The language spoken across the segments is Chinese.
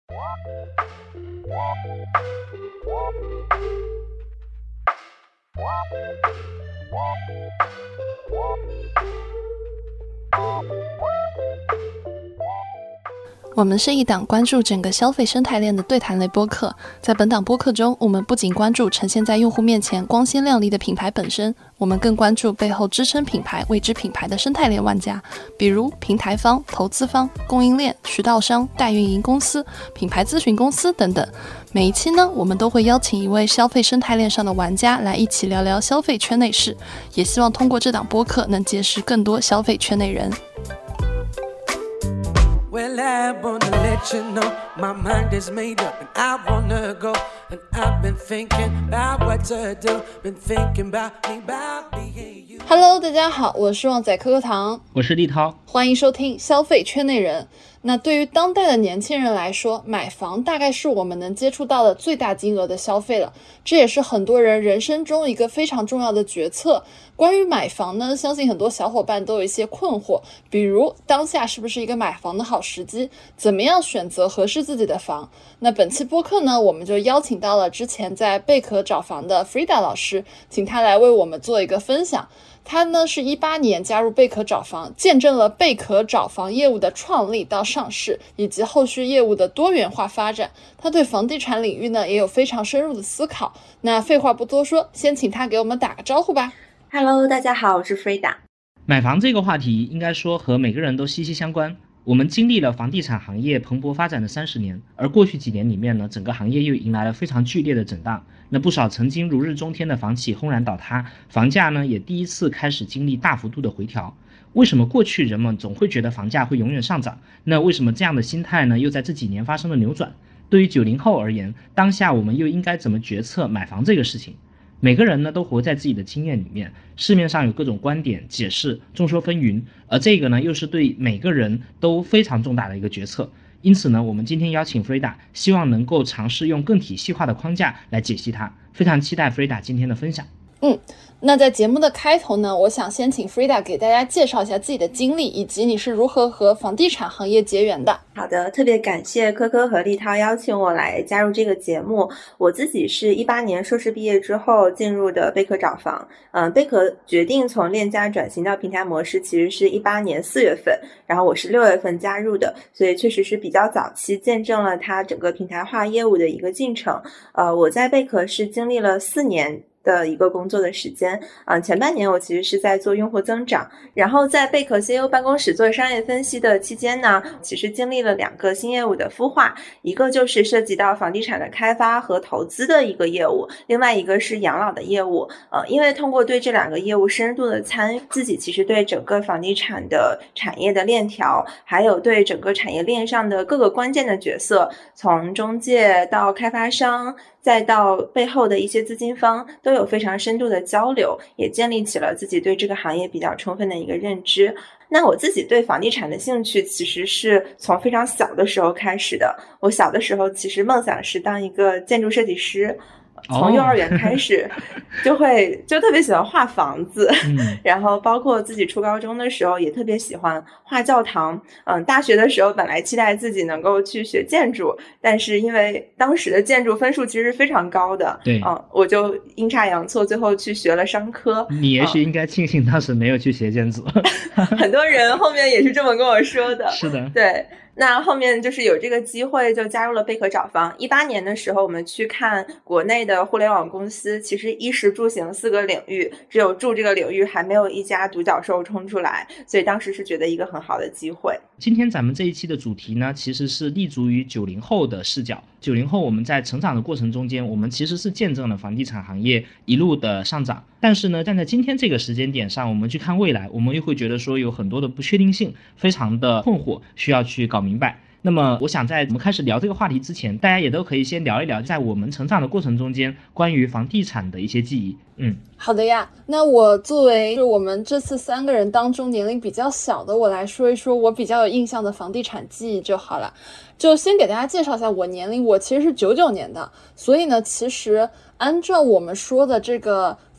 我们是一档关注整个消费生态链的对谈类播客，在本档播客中，我们不仅关注呈现在用户面前光鲜亮丽的品牌本身，我们更关注背后支撑品牌、为之品牌的生态链玩家，比如平台方、投资方、供应链、渠道商、代运营公司、品牌咨询公司等等。每一期呢，我们都会邀请一位消费生态链上的玩家来一起聊聊消费圈内事，也希望通过这档播客能结识更多消费圈内人。Well, I wanna let you know my mind is made up and I wanna go. And I've been thinking about what to do. Been thinking about me, about being you. Hello， 大家好，我是旺仔可可糖， 我是立涛， 欢迎收听消费圈内人。那对于当代的年轻人来说，买房大概是我们能接触到的最大金额的消费了，这也是很多人人生中一个非常重要的决策。关于买房呢，相信很多小伙伴都有一些困惑，比如当下是不是一个买房的好时机，怎么样选择合适自己的房。那本期播客呢，我们就邀请到了之前在贝壳找房的 Frida 老师，请他来为我们做一个分享。他呢是18年加入贝壳找房，见证了贝壳找房业务的创立到上市，以及后续业务的多元化发展。他对房地产领域呢也有非常深入的思考。那废话不多说，先请他给我们打个招呼吧。 Hello， 大家好，我是 Frida。 买房这个话题应该说和每个人都息息相关。我们经历了房地产行业蓬勃发展的30年，而过去几年里面呢，整个行业又迎来了非常剧烈的震荡。那不少曾经如日中天的房企轰然倒塌，房价呢也第一次开始经历大幅度的回调。为什么过去人们总会觉得房价会永远上涨？那为什么这样的心态呢又在这几年发生了扭转？对于90后而言，当下我们又应该怎么决策买房这个事情？每个人呢都活在自己的经验里面，市面上有各种观点解释，众说纷纭，而这个呢又是对每个人都非常重大的一个决策。因此呢，我们今天邀请 Frida， 希望能够尝试用更体系化的框架来解析它。非常期待 Frida 今天的分享。 那在节目的开头呢，我想先请 Frida 给大家介绍一下自己的经历，以及你是如何和房地产行业结缘的。 好的，特别感谢科科和立涛邀请我来加入这个节目。我自己是18年硕士毕业之后进入的贝壳找房。贝壳决定从链家转型到平台模式其实是18年4月份，然后我是6月份加入的，所以确实是比较早期见证了它整个平台化业务的一个进程。我在贝壳是经历了4年的一个工作的时间。前半年我其实是在做用户增长，然后在贝壳 CEO 办公室做商业分析的期间呢，其实经历了2个新业务的孵化，一个就是涉及到房地产的开发和投资的一个业务，另外一个是养老的业务。因为通过对这2个业务深度的参与，自己其实对整个房地产的产业的链条，还有对整个产业链上的各个关键的角色，从中介到开发商再到背后的一些资金方都有非常深度的交流，也建立起了自己对这个行业比较充分的一个认知。那我自己对房地产的兴趣其实是从非常小的时候开始的。我小的时候其实梦想是当一个建筑设计师，从幼儿园开始就特别喜欢画房子，然后包括自己初高中的时候也特别喜欢画教堂。大学的时候本来期待自己能够去学建筑，但是因为当时的建筑分数其实是非常高的， 对， 我就阴差阳错最后去学了商科。 你也许应该庆幸当时没有去学建筑。 很多人后面也是这么跟我说的。 是的， 对。那后面就是有这个机会就加入了贝壳找房。18年的时候我们去看国内的互联网公司，其实衣食住行4个领域，只有住这个领域还没有一家独角兽冲出来，所以当时是觉得一个很好的机会。 今天咱们这一期的主题呢，其实是立足于90后的视角。90后我们在成长的过程中间，我们其实是见证了房地产行业一路的上涨，但是呢，站在今天这个时间点上，我们去看未来，我们又会觉得说有很多的不确定性，非常的困惑，需要去搞明白。那么我想在我们开始聊这个话题之前，大家也都可以先聊一聊在我们成长的过程中间关于房地产的一些记忆。 好的呀，那我作为我们这次3个人当中年龄比较小的，我来说一说我比较有印象的房地产记忆就好了。就先给大家介绍一下我年龄，我其实是99年的，所以呢，其实按照我们说的这个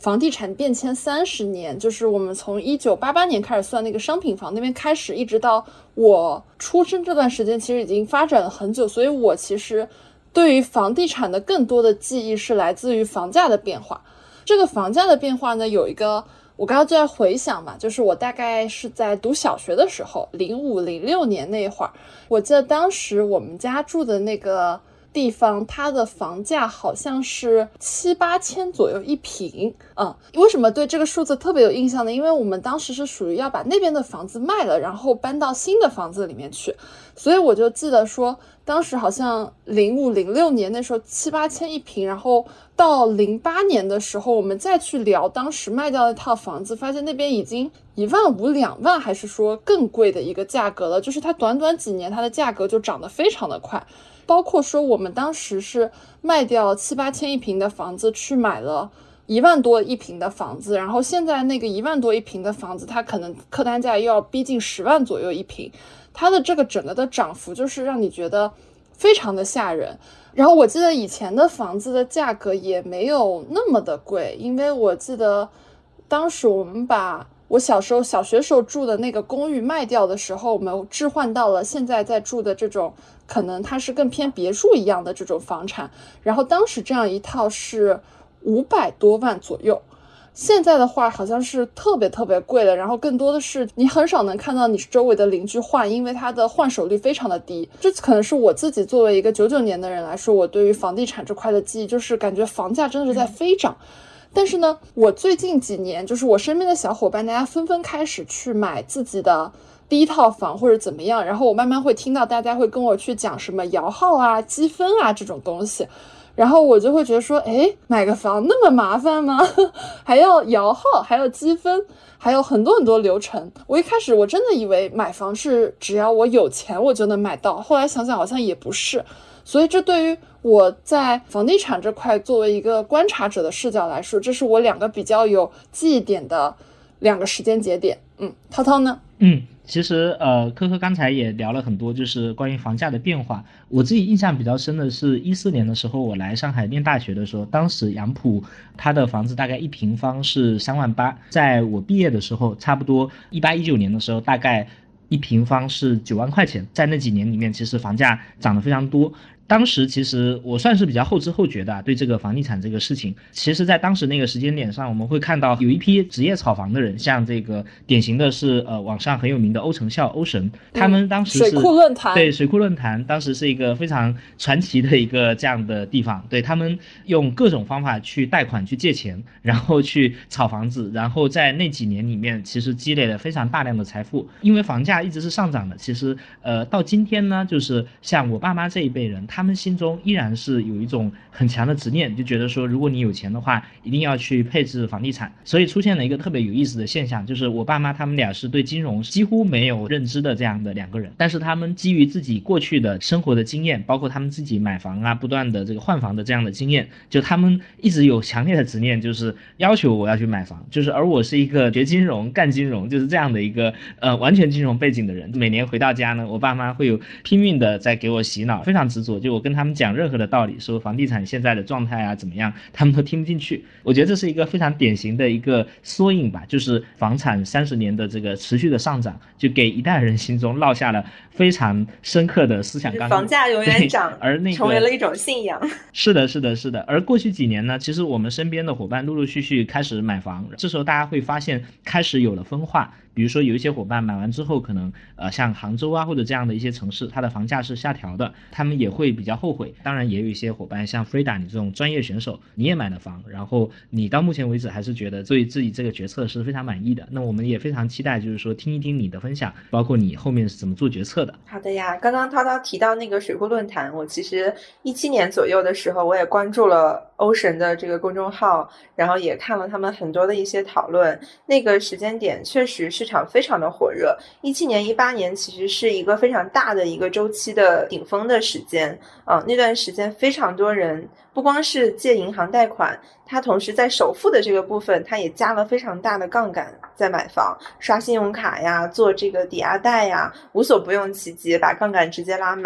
房地产变迁30年，就是我们从1988年开始算那个商品房那边开始，一直到我出生这段时间，其实已经发展了很久，所以我其实对于房地产的更多的记忆是来自于房价的变化。这个房价的变化呢，有一个我刚刚就在回想嘛，就是我大概是在读小学的时候，05、06年那会儿，我记得当时我们家住的那个地方，它的房价好像是7、8千左右一平。为什么对这个数字特别有印象呢？因为我们当时是属于要把那边的房子卖了，然后搬到新的房子里面去，所以我就记得说当时好像05、06年那时候7、8千一平，然后到08年的时候我们再去聊当时卖掉的一套房子，发现那边已经1.5万、2万，还是说更贵的一个价格了，就是它短短几年它的价格就涨得非常的快。包括说我们当时是卖掉7、8千一平的房子去买了1万多一平的房子，然后现在那个1万多一平的房子，它可能客单价又要逼近10万左右一平，它的这个整个的涨幅就是让你觉得非常的吓人。然后我记得以前的房子的价格也没有那么的贵，因为我记得当时我们把我小学时候住的那个公寓卖掉的时候，我们置换到了现在在住的这种可能它是更偏别墅一样的这种房产，然后当时这样一套是500多万左右，现在的话好像是特别特别贵了，然后更多的是你很少能看到你周围的邻居换，因为它的换手率非常的低。这可能是我自己作为一个99年的人来说，我对于房地产这块的记忆，就是感觉房价真的是在飞涨。但是呢，我最近几年就是我身边的小伙伴，大家纷纷开始去买自己的第一套房或者怎么样，然后我慢慢会听到大家会跟我去讲什么摇号啊、积分啊这种东西，然后我就会觉得说，买个房那么麻烦吗？还要摇号，还要积分，还有很多很多流程。我一开始我真的以为买房是只要我有钱我就能买到，后来想想好像也不是。所以这对于我在房地产这块作为一个观察者的视角来说，这是我2个比较有记忆点的2个时间节点。涛涛呢？ 其实科科刚才也聊了很多，就是关于房价的变化。我自己印象比较深的是14年的时候，我来上海念大学的时候，当时杨浦它的房子大概1平方是3万8，在我毕业的时候，差不多18、19年的时候，大概1平方是9万块钱。在那几年里面，其实房价涨得非常多。当时其实我算是比较后知后觉的对这个房地产这个事情。其实在当时那个时间点上，我们会看到有一批职业炒房的人，像这个典型的是网上很有名的欧成笑、欧神，他们当时是水库论坛， 对，水库论坛当时是一个非常传奇的一个这样的地方。对，他们用各种方法去贷款去借钱，然后去炒房子，然后在那几年里面其实积累了非常大量的财富。因为房价一直是上涨的，其实到今天呢，就是像我爸妈这一辈人，他们心中依然是有一种很强的执念，就觉得说如果你有钱的话一定要去配置房地产。所以出现了一个特别有意思的现象，就是我爸妈他们俩是对金融几乎没有认知的这样的2个人，但是他们基于自己过去的生活的经验，包括他们自己买房啊不断的这个换房的这样的经验，就他们一直有强烈的执念，就是要求我要去买房。就是而我是一个学金融干金融就是这样的一个完全金融背景的人，每年回到家呢，我爸妈会有拼命的在给我洗脑，非常执着，就我跟他们讲任何的道理，说房地产现在的状态啊怎么样，他们都听不进去。我觉得这是一个非常典型的一个缩影吧，就是房产30年的这个持续的上涨，就给一代人心中烙下了非常深刻的思想钢印。 房价永远涨， 而那个成为了一种信仰。 是的。而过去几年呢，其实我们身边的伙伴陆陆续续开始买房，这时候大家会发现开始有了分化。比如说有一些伙伴买完之后，可能像杭州啊或者这样的一些城市，它的房价是下调的，他们也会比较后悔。当然也有一些伙伴像 Frida 你这种专业选手，你也买了房，然后你到目前为止还是觉得对自己这个决策是非常满意的。那我们也非常期待就是说听一听你的分享，包括你后面是怎么做决策的。 好的呀，刚刚涛涛提到那个水库论坛，我其实17年左右的时候我也关注了欧神的这个公众号，然后也看了他们很多的一些讨论。那个时间点确实市场非常的火热，17年18年其实是一个非常大的一个周期的顶峰的时间那段时间非常多人不光是借银行贷款，他同时在首付的这个部分他也加了非常大的杠杆在买房，刷信用卡呀，做这个抵押贷呀，无所不用其极，把杠杆直接拉满。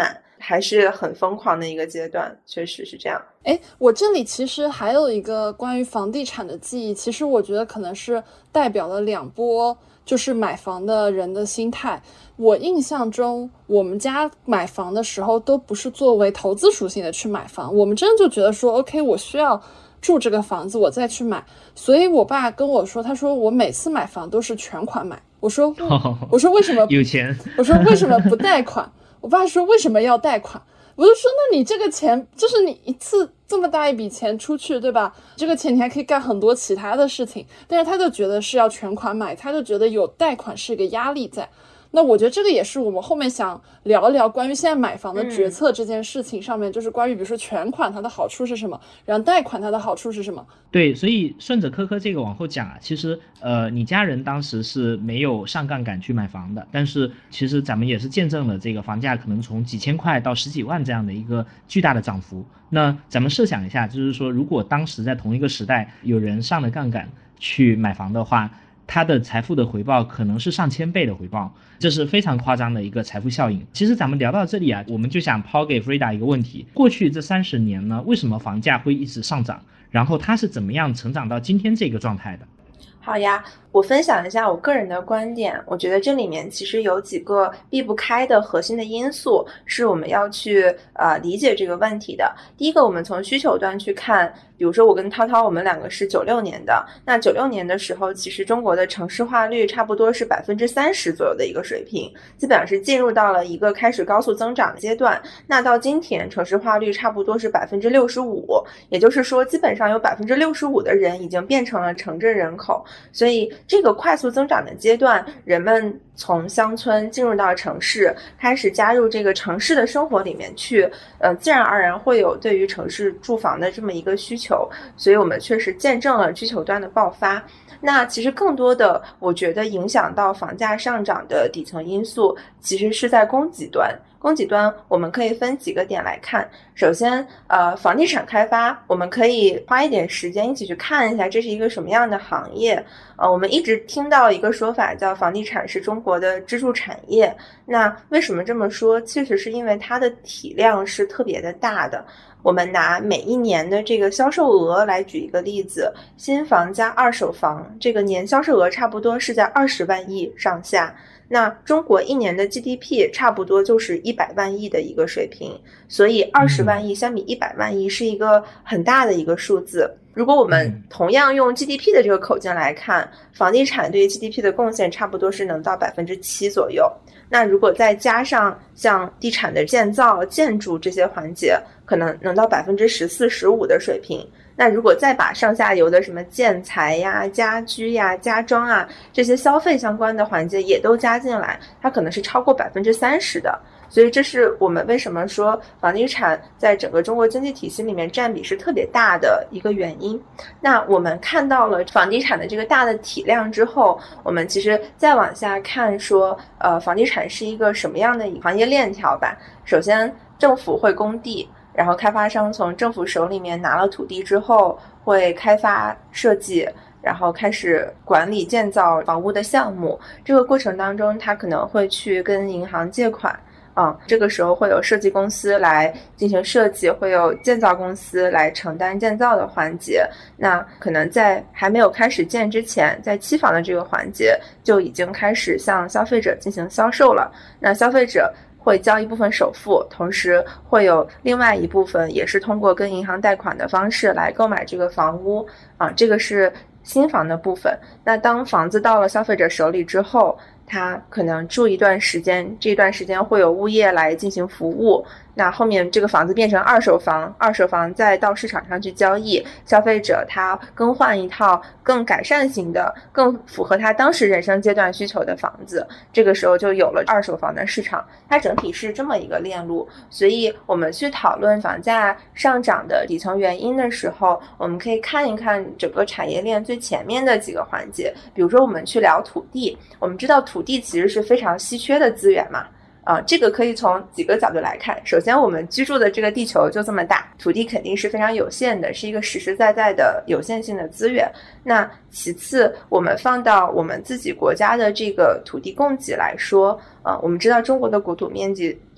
还是很疯狂的一个阶段，确实是这样。 我这里其实还有一个关于房地产的记忆，其实我觉得可能是代表了两波就是买房的人的心态。我印象中我们家买房的时候都不是作为投资属性的去买房，我们真的就觉得说 OK 我需要住这个房子我再去买。所以我爸跟我说，他说我每次买房都是全款买。我说为什么有钱？ 我说为什么不贷款？我爸说为什么要贷款？我就说那你这个钱就是你一次这么大一笔钱出去，对吧？这个钱你还可以干很多其他的事情，但是他就觉得是要全款买，他就觉得有贷款是一个压力在。那我觉得这个也是我们后面想聊一聊关于现在买房的决策这件事情上面，就是关于比如说全款它的好处是什么，然后贷款它的好处是什么。 对，所以顺着科科这个往后讲啊，其实你家人当时是没有上杠杆去买房的，但是其实咱们也是见证了这个房价可能从几千块到十几万这样的一个巨大的涨幅。那咱们设想一下，就是说如果当时在同一个时代有人上了杠杆去买房的话，他的财富的回报可能是上千倍的回报，这是非常夸张的一个财富效应。其实咱们聊到这里啊，我们就想抛给 Frida 一个问题，过去这30年呢，为什么房价会一直上涨，然后它是怎么样成长到今天这个状态的？ 好呀，我分享一下我个人的观点。我觉得这里面其实有几个避不开的核心的因素，是我们要去理解这个问题的。第一个，我们从需求端去看，比如说我跟涛涛，我们两个是96年的，那96年的时候，其实中国的城市化率差不多是30%左右的一个水平，基本上是进入到了一个开始高速增长的阶段。那到今天，城市化率差不多是65%，也就是说，基本上有65%的人已经变成了城镇人口。所以这个快速增长的阶段，人们从乡村进入到城市，开始加入这个城市的生活里面去，自然而然会有对于城市住房的这么一个需求，所以我们确实见证了需求端的爆发。那其实更多的，我觉得影响到房价上涨的底层因素，其实是在供给端。供给端我们可以分几个点来看。首先房地产开发，我们可以花一点时间一起去看一下这是一个什么样的行业。我们一直听到一个说法叫房地产是中国的支柱产业。那为什么这么说？其实是因为它的体量是特别的大的。我们拿每一年的这个销售额来举一个例子，新房加二手房，这个年销售额差不多是在20万亿上下。那中国一年的 GDP 差不多就是100万亿的一个水平，所以20万亿相比100万亿是一个很大的一个数字。如果我们同样用 GDP 的这个口径来看，房地产对于 GDP 的贡献差不多是能到7%左右。那如果再加上像地产的建造、建筑这些环节，可能能到14%、15%的水平。那如果再把上下游的什么建材呀、家居呀、家装啊这些消费相关的环节也都加进来，它可能是超过30%的。所以这是我们为什么说房地产在整个中国经济体系里面占比是特别大的一个原因。那我们看到了房地产的这个大的体量之后，我们其实再往下看说房地产是一个什么样的行业链条吧。首先政府会供地，然后开发商从政府手里面拿了土地之后，会开发设计，然后开始管理建造房屋的项目。这个过程当中，他可能会去跟银行借款。这个时候会有设计公司来进行设计，会有建造公司来承担建造的环节。那可能在还没有开始建之前，在期房的这个环节就已经开始向消费者进行销售了。那消费者会交一部分首付，同时会有另外一部分也是通过跟银行贷款的方式来购买这个房屋。这个是新房的部分。那当房子到了消费者手里之后，他可能住一段时间，这段时间会有物业来进行服务。那后面这个房子变成二手房，二手房再到市场上去交易，消费者他更换一套更改善型的、更符合他当时人生阶段需求的房子，这个时候就有了二手房的市场。它整体是这么一个链路。所以我们去讨论房价上涨的底层原因的时候，我们可以看一看整个产业链最前面的几个环节。比如说我们去聊土地，我们知道土地其实是非常稀缺的资源嘛。这个可以从几个角度来看。首先我们居住的这个地球就这么大，土地肯定是非常有限的，是一个实实在在的有限性的资源。那其次我们放到我们自己国家的这个土地供给来说，我们知道中国的国土面积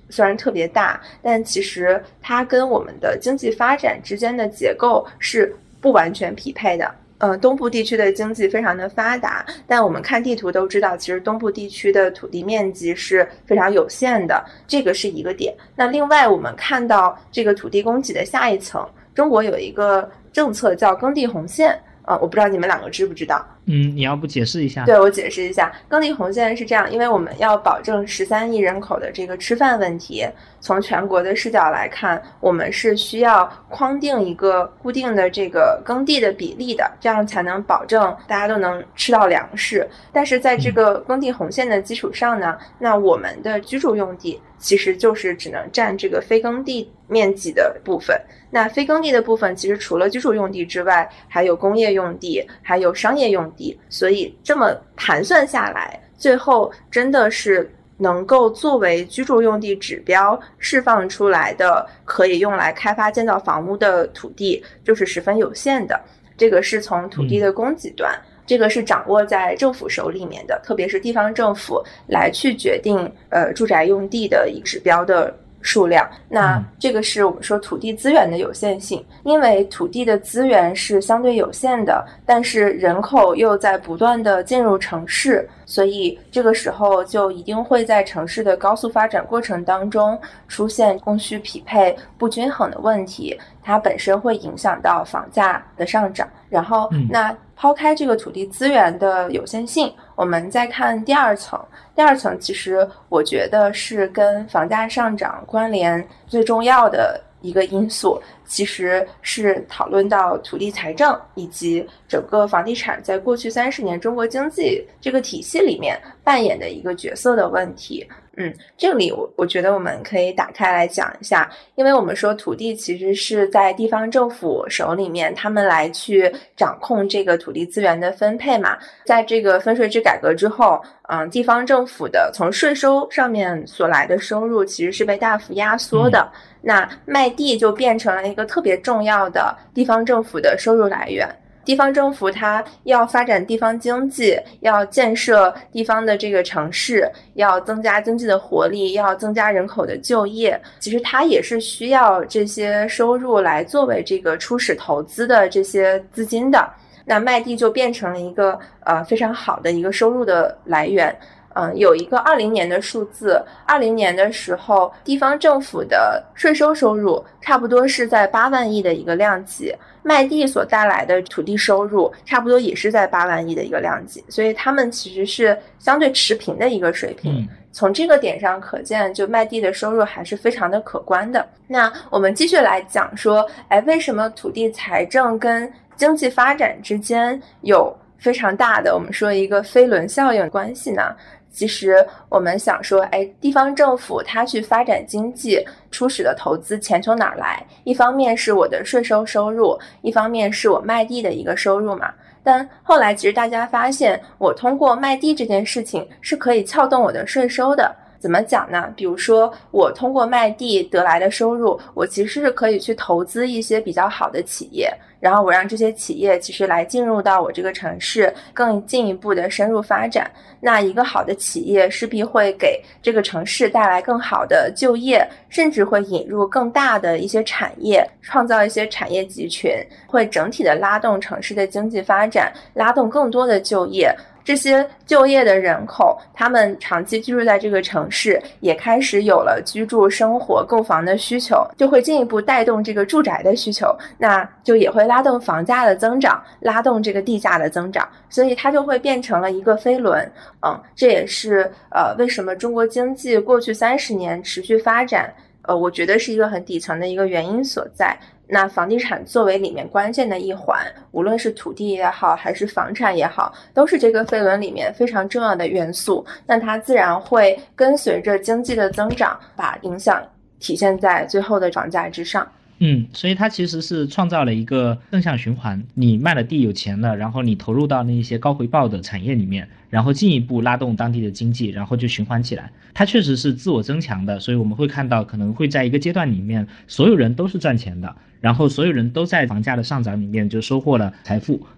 虽然特别大，但其实它跟我们的经济发展之间的结构是不完全匹配的。东部地区的经济非常的发达，但我们看地图都知道，其实东部地区的土地面积是非常有限的，这个是一个点。那另外我们看到这个土地供给的下一层，中国有一个政策叫耕地红线，我不知道你们两个知不知道。 你要不解释一下？ 对，我解释一下，耕地红线是这样，因为我们要保证13亿人口的这个吃饭问题，从全国的视角来看，我们是需要框定一个固定的这个耕地的比例的，这样才能保证大家都能吃到粮食。但是在这个耕地红线的基础上呢，那我们的居住用地其实就是只能占这个非耕地面积的部分。那非耕地的部分其实除了居住用地之外，还有工业用地，还有商业用地，所以这么盘算下来，最后真的是能够作为居住用地指标释放出来的可以用来开发建造房屋的土地就是十分有限的。这个是从土地的供给端，这个是掌握在政府手里面的，特别是地方政府来去决定住宅用地的一个指标的数量。那这个是我们说土地资源的有限性，因为土地的资源是相对有限的，但是人口又在不断的进入城市，所以这个时候就一定会在城市的高速发展过程当中出现供需匹配不均衡的问题，它本身会影响到房价的上涨。然后那抛开这个土地资源的有限性，我们再看第二层。第二层其实我觉得是跟房价上涨关联最重要的一个因素，其实是讨论到土地财政以及整个房地产在过去30年中国经济这个体系里面扮演的一个角色的问题。这里我觉得我们可以打开来讲一下，因为我们说土地其实是在地方政府手里面，他们来去掌控这个土地资源的分配嘛。在这个分税制改革之后，地方政府的从税收上面所来的收入其实是被大幅压缩的，那卖地就变成了一个特别重要的地方政府的收入来源。地方政府它要发展地方经济，要建设地方的这个城市，要增加经济的活力，要增加人口的就业，其实它也是需要这些收入来作为这个初始投资的这些资金的。那卖地就变成了一个非常好的一个收入的来源。有一个20年的数字，20年的时候地方政府的税收收入差不多是在8万亿的一个量级，卖地所带来的土地收入差不多也是在8万亿的一个量级，所以他们其实是相对持平的一个水平。从这个点上可见，就卖地的收入还是非常的可观的。那我们继续来讲说，为什么土地财政跟经济发展之间有非常大的我们说一个飞轮效应关系呢？其实我们想说，地方政府它去发展经济，初始的投资钱从哪儿来？一方面是我的税收收入，一方面是我卖地的一个收入嘛。但后来其实大家发现，我通过卖地这件事情是可以撬动我的税收的。怎么讲呢？比如说我通过卖地得来的收入，我其实是可以去投资一些比较好的企业，然后我让这些企业其实来进入到我这个城市，更进一步的深入发展。那一个好的企业势必会给这个城市带来更好的就业，甚至会引入更大的一些产业，创造一些产业集群，会整体的拉动城市的经济发展，拉动更多的就业。这些就业的人口，他们长期居住在这个城市，也开始有了居住、生活、购房的需求，就会进一步带动这个住宅的需求，那就也会拉动房价的增长，拉动这个地价的增长，所以它就会变成了一个飞轮。这也是为什么中国经济过去30年持续发展，我觉得是一个很底层的一个原因所在。那房地产作为里面关键的一环，无论是土地也好，还是房产也好，都是这个飞轮里面非常重要的元素。那它自然会跟随着经济的增长，把影响体现在最后的房价之上。 所以它其实是创造了一个正向循环，你卖了地有钱了，然后你投入到那些高回报的产业里面，然后进一步拉动当地的经济，然后就循环起来。它确实是自我增强的，所以我们会看到可能会在一个阶段里面，所有人都是赚钱的，然后所有人都在房价的上涨里面就收获了财富啊。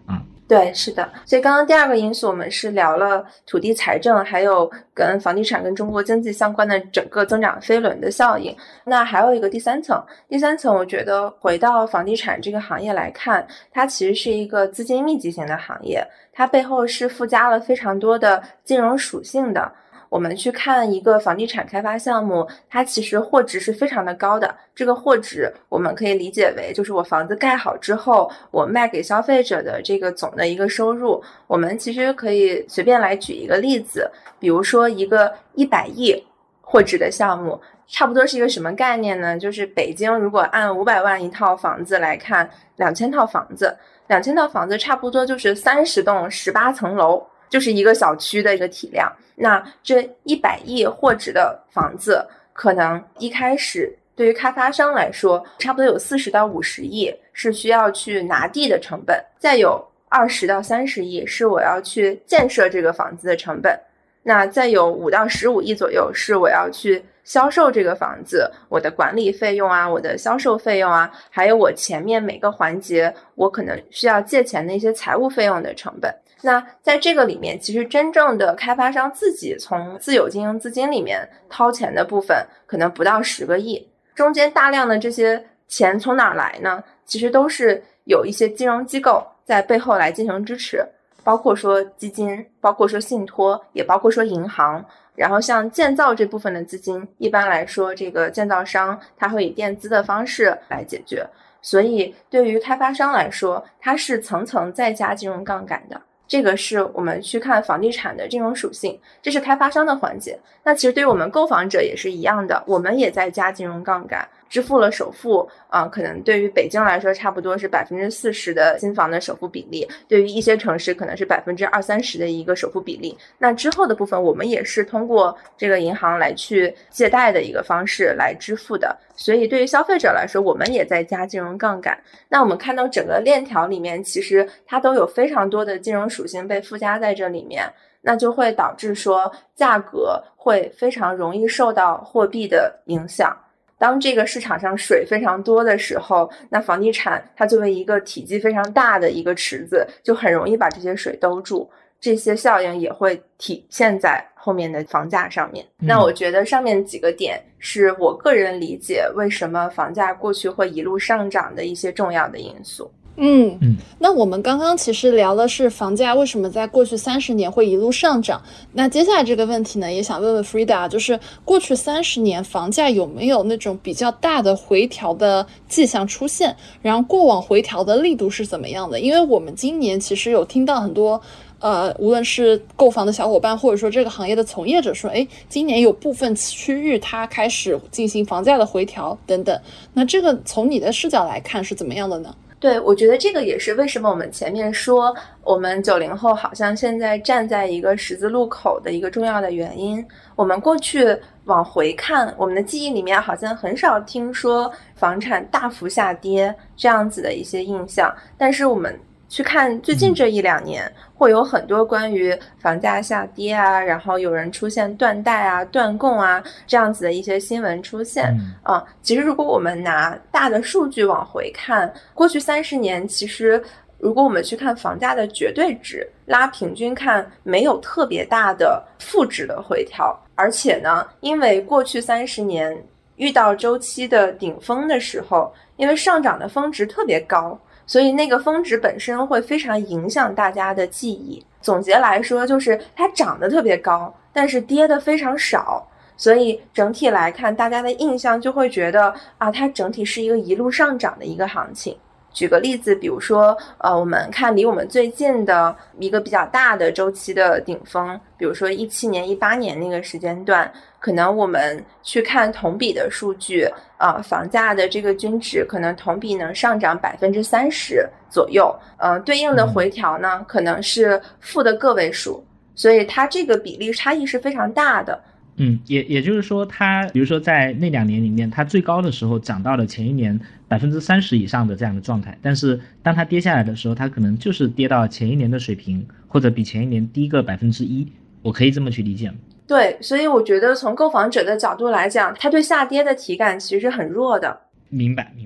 对，是的。所以刚刚第二个因素我们是聊了土地财政，还有跟房地产跟中国经济相关的整个增长飞轮的效应。那还有一个第三层我觉得回到房地产这个行业来看，它其实是一个资金密集型的行业，它背后是附加了非常多的金融属性的。我们去看一个房地产开发项目，它其实货值是非常的高的。这个货值我们可以理解为就是我房子盖好之后，我卖给消费者的这个总的一个收入。我们其实可以随便来举一个例子，比如说一个100亿货值的项目，差不多是一个什么概念呢？就是北京如果按500万一套房子来看，2000套房子，2000套房子差不多就是30栋18层楼，就是一个小区的一个体量。那这100亿货值的房子，可能一开始对于开发商来说，差不多有40到50亿是需要去拿地的成本，再有20到30亿是我要去建设这个房子的成本，那再有5到15亿左右是我要去销售这个房子，我的管理费用啊，我的销售费用啊，还有我前面每个环节我可能需要借钱的一些财务费用的成本。那在这个里面，其实真正的开发商自己从自有经营资金里面掏钱的部分可能不到10个亿，中间大量的这些钱从哪儿来呢？其实都是有一些金融机构在背后来进行支持，包括说基金，包括说信托，也包括说银行。然后像建造这部分的资金，一般来说这个建造商他会以垫资的方式来解决，所以对于开发商来说，它是层层再加金融杠杆的。这个是我们去看房地产的金融属性，这是开发商的环节。那其实对于我们购房者也是一样的，我们也在加金融杠杆，支付了首付可能对于北京来说差不多是40%的新房的首付比例，对于一些城市可能是20-30%的一个首付比例。那之后的部分我们也是通过这个银行来去借贷的一个方式来支付的，所以对于消费者来说，我们也在加金融杠杆。那我们看到整个链条里面，其实它都有非常多的金融属性被附加在这里面，那就会导致说价格会非常容易受到货币的影响。当这个市场上水非常多的时候，那房地产它作为一个体积非常大的一个池子，就很容易把这些水兜住，这些效应也会体现在后面的房价上面。那我觉得上面几个点是我个人理解为什么房价过去会一路上涨的一些重要的因素。 那我们刚刚其实聊的是房价为什么在过去30年会一路上涨，那接下来这个问题呢，也想问问 Frida， 就是过去30年房价有没有那种比较大的回调的迹象出现，然后过往回调的力度是怎么样的？因为我们今年其实有听到很多无论是购房的小伙伴，或者说这个行业的从业者说，今年有部分区域它开始进行房价的回调等等，那这个从你的视角来看是怎么样的呢？ 对，我觉得这个也是为什么我们前面说我们90后好像现在站在一个十字路口的一个重要的原因。我们过去往回看，我们的记忆里面好像很少听说房产大幅下跌这样子的一些印象，但是我们去看最近这1-2年，会有很多关于房价下跌啊，然后有人出现断贷啊、断供啊这样子的一些新闻出现。其实如果我们拿大的数据往回看，过去30年，其实如果我们去看房价的绝对值，拉平均看没有特别大的负值的回调，而且呢，因为过去30年遇到周期的顶峰的时候，因为上涨的峰值特别高，所以那个峰值本身会非常影响大家的记忆。总结来说，就是它涨得特别高，但是跌得非常少，所以整体来看，大家的印象就会觉得它整体是一个一路上涨的一个行情。举个例子，比如说我们看离我们最近的一个比较大的周期的顶峰，比如说17年、18年那个时间段，可能我们去看同比的数据房价的这个均值可能同比能上涨30%左右，对应的回调呢可能是负的个位数，所以它这个比例差异是非常大的。 也就是说，它比如说在那2年里面，它最高的时候涨到了前一年30%以上的这样的状态，但是当它跌下来的时候，它可能就是跌到前一年的水平，或者比前一年低个1%，我可以这么去理解吗？ 对，所以我觉得从购房者的角度来讲，他对下跌的体感其实是很弱的。 明白。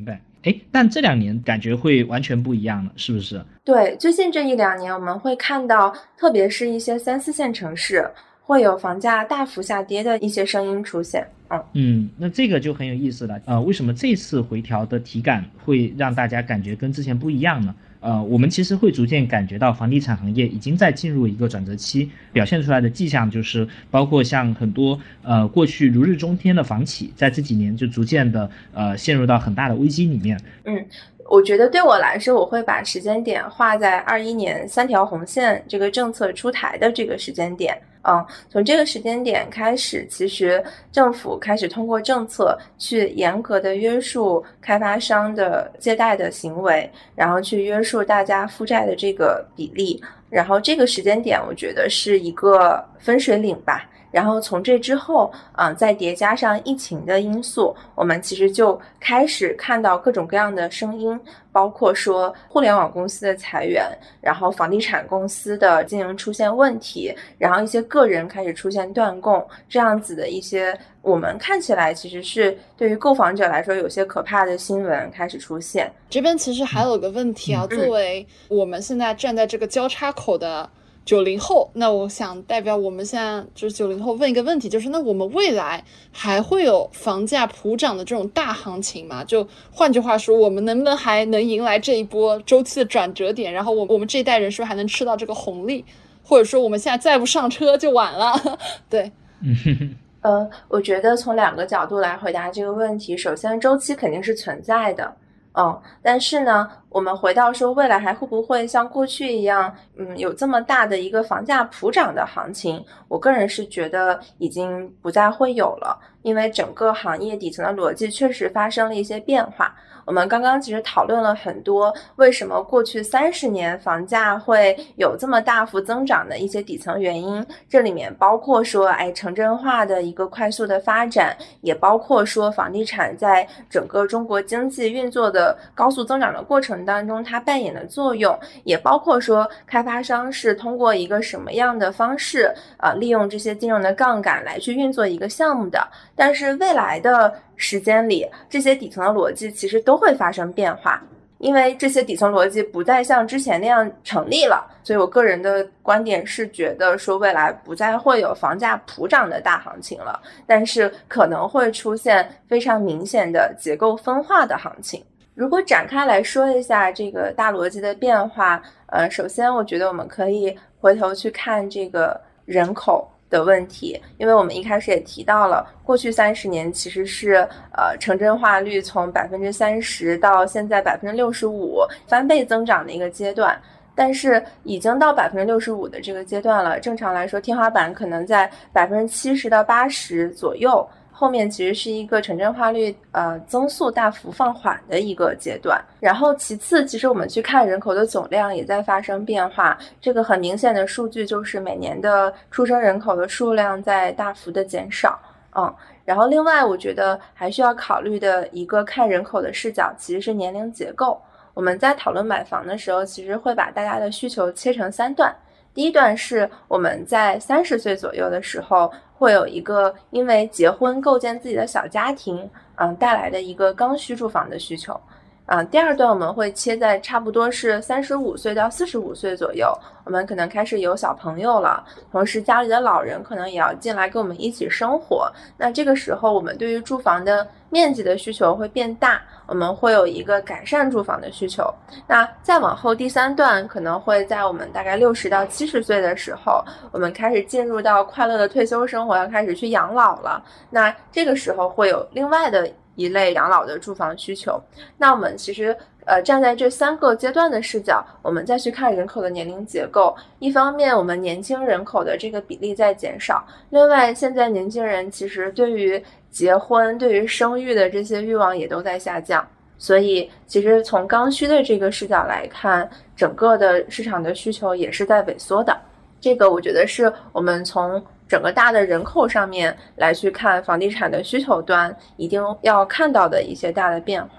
但这2年感觉会完全不一样了，是不是？ 对，最近这1-2年我们会看到，特别是一些3、4线城市会有房价大幅下跌的一些声音出现。 那这个就很有意思了。为什么这次回调的体感会让大家感觉跟之前不一样呢？我们其实会逐渐感觉到房地产行业已经在进入一个转折期，表现出来的迹象就是包括像很多过去如日中天的房企，在这几年就逐渐的陷入到很大的危机里面。 我觉得对我来说，我会把时间点画在21年3条红线这个政策出台的这个时间点。从这个时间点开始，其实政府开始通过政策去严格的约束开发商的借贷的行为，然后去约束大家负债的这个比例。然后这个时间点我觉得是一个分水岭吧。然后从这之后再叠加上疫情的因素，我们其实就开始看到各种各样的声音，包括说互联网公司的裁员，然后房地产公司的经营出现问题，然后一些个人开始出现断供，这样子的一些我们看起来其实是对于购房者来说有些可怕的新闻开始出现。 这边其实还有个问题啊，作为我们现在站在这个交叉口的90后，那我想代表我们现在就是90后问一个问题，就是那我们未来还会有房价普涨的这种大行情吗？就换句话说，我们能不能还能迎来这一波周期的转折点，然后我们这一代人是不是还能吃到这个红利，或者说我们现在再不上车就晚了？对。 我觉得从2个角度来回答这个问题。首先，周期肯定是存在的。但是呢，我们回到说未来还会不会像过去一样，有这么大的一个房价普涨的行情，我个人是觉得已经不再会有了，因为整个行业底层的逻辑确实发生了一些变化。我们刚刚其实讨论了很多为什么过去30年房价会有这么大幅增长的一些底层原因，这里面包括说城镇化的一个快速的发展，也包括说房地产在整个中国经济运作的高速增长的过程当中它扮演的作用，也包括说开发商是通过一个什么样的方式利用这些金融的杠杆来去运作一个项目的。但是未来的时间里，这些底层的逻辑其实都会发生变化，因为这些底层逻辑不再像之前那样成立了。所以我个人的观点是觉得说未来不再会有房价普涨的大行情了，但是可能会出现非常明显的结构分化的行情。如果展开来说一下这个大逻辑的变化，首先我觉得我们可以回头去看这个人口的问题，因为我们一开始也提到了，过去30年其实是城镇化率从30%到现在65%翻倍增长的一个阶段，但是已经到65%的这个阶段了，正常来说天花板可能在70%到80%左右，后面其实是一个城镇化率增速大幅放缓的一个阶段。然后其次，其实我们去看人口的总量也在发生变化，这个很明显的数据就是每年的出生人口的数量在大幅的减少。然后另外我觉得还需要考虑的一个看人口的视角其实是年龄结构。我们在讨论买房的时候，其实会把大家的需求切成3段。第一段是我们在30岁左右的时候，会有一个因为结婚构建自己的小家庭带来的一个刚需住房的需求。第二段我们会切在差不多是35岁到45岁左右，我们可能开始有小朋友了，同时家里的老人可能也要进来跟我们一起生活。那这个时候我们对于住房的面积的需求会变大，我们会有一个改善住房的需求。那再往后第3段可能会在我们大概60到70岁的时候，我们开始进入到快乐的退休生活，要开始去养老了。那这个时候会有另外的一类养老的住房需求。那我们其实站在这3个阶段的视角，我们再去看人口的年龄结构。一方面我们年轻人口的这个比例在减少，另外现在年轻人其实对于结婚对于生育的这些欲望也都在下降，所以其实从刚需的这个视角来看，整个的市场的需求也是在萎缩的。这个我觉得是我们从整个大的人口上面来去看房地产的需求端一定要看到的一些大的变化。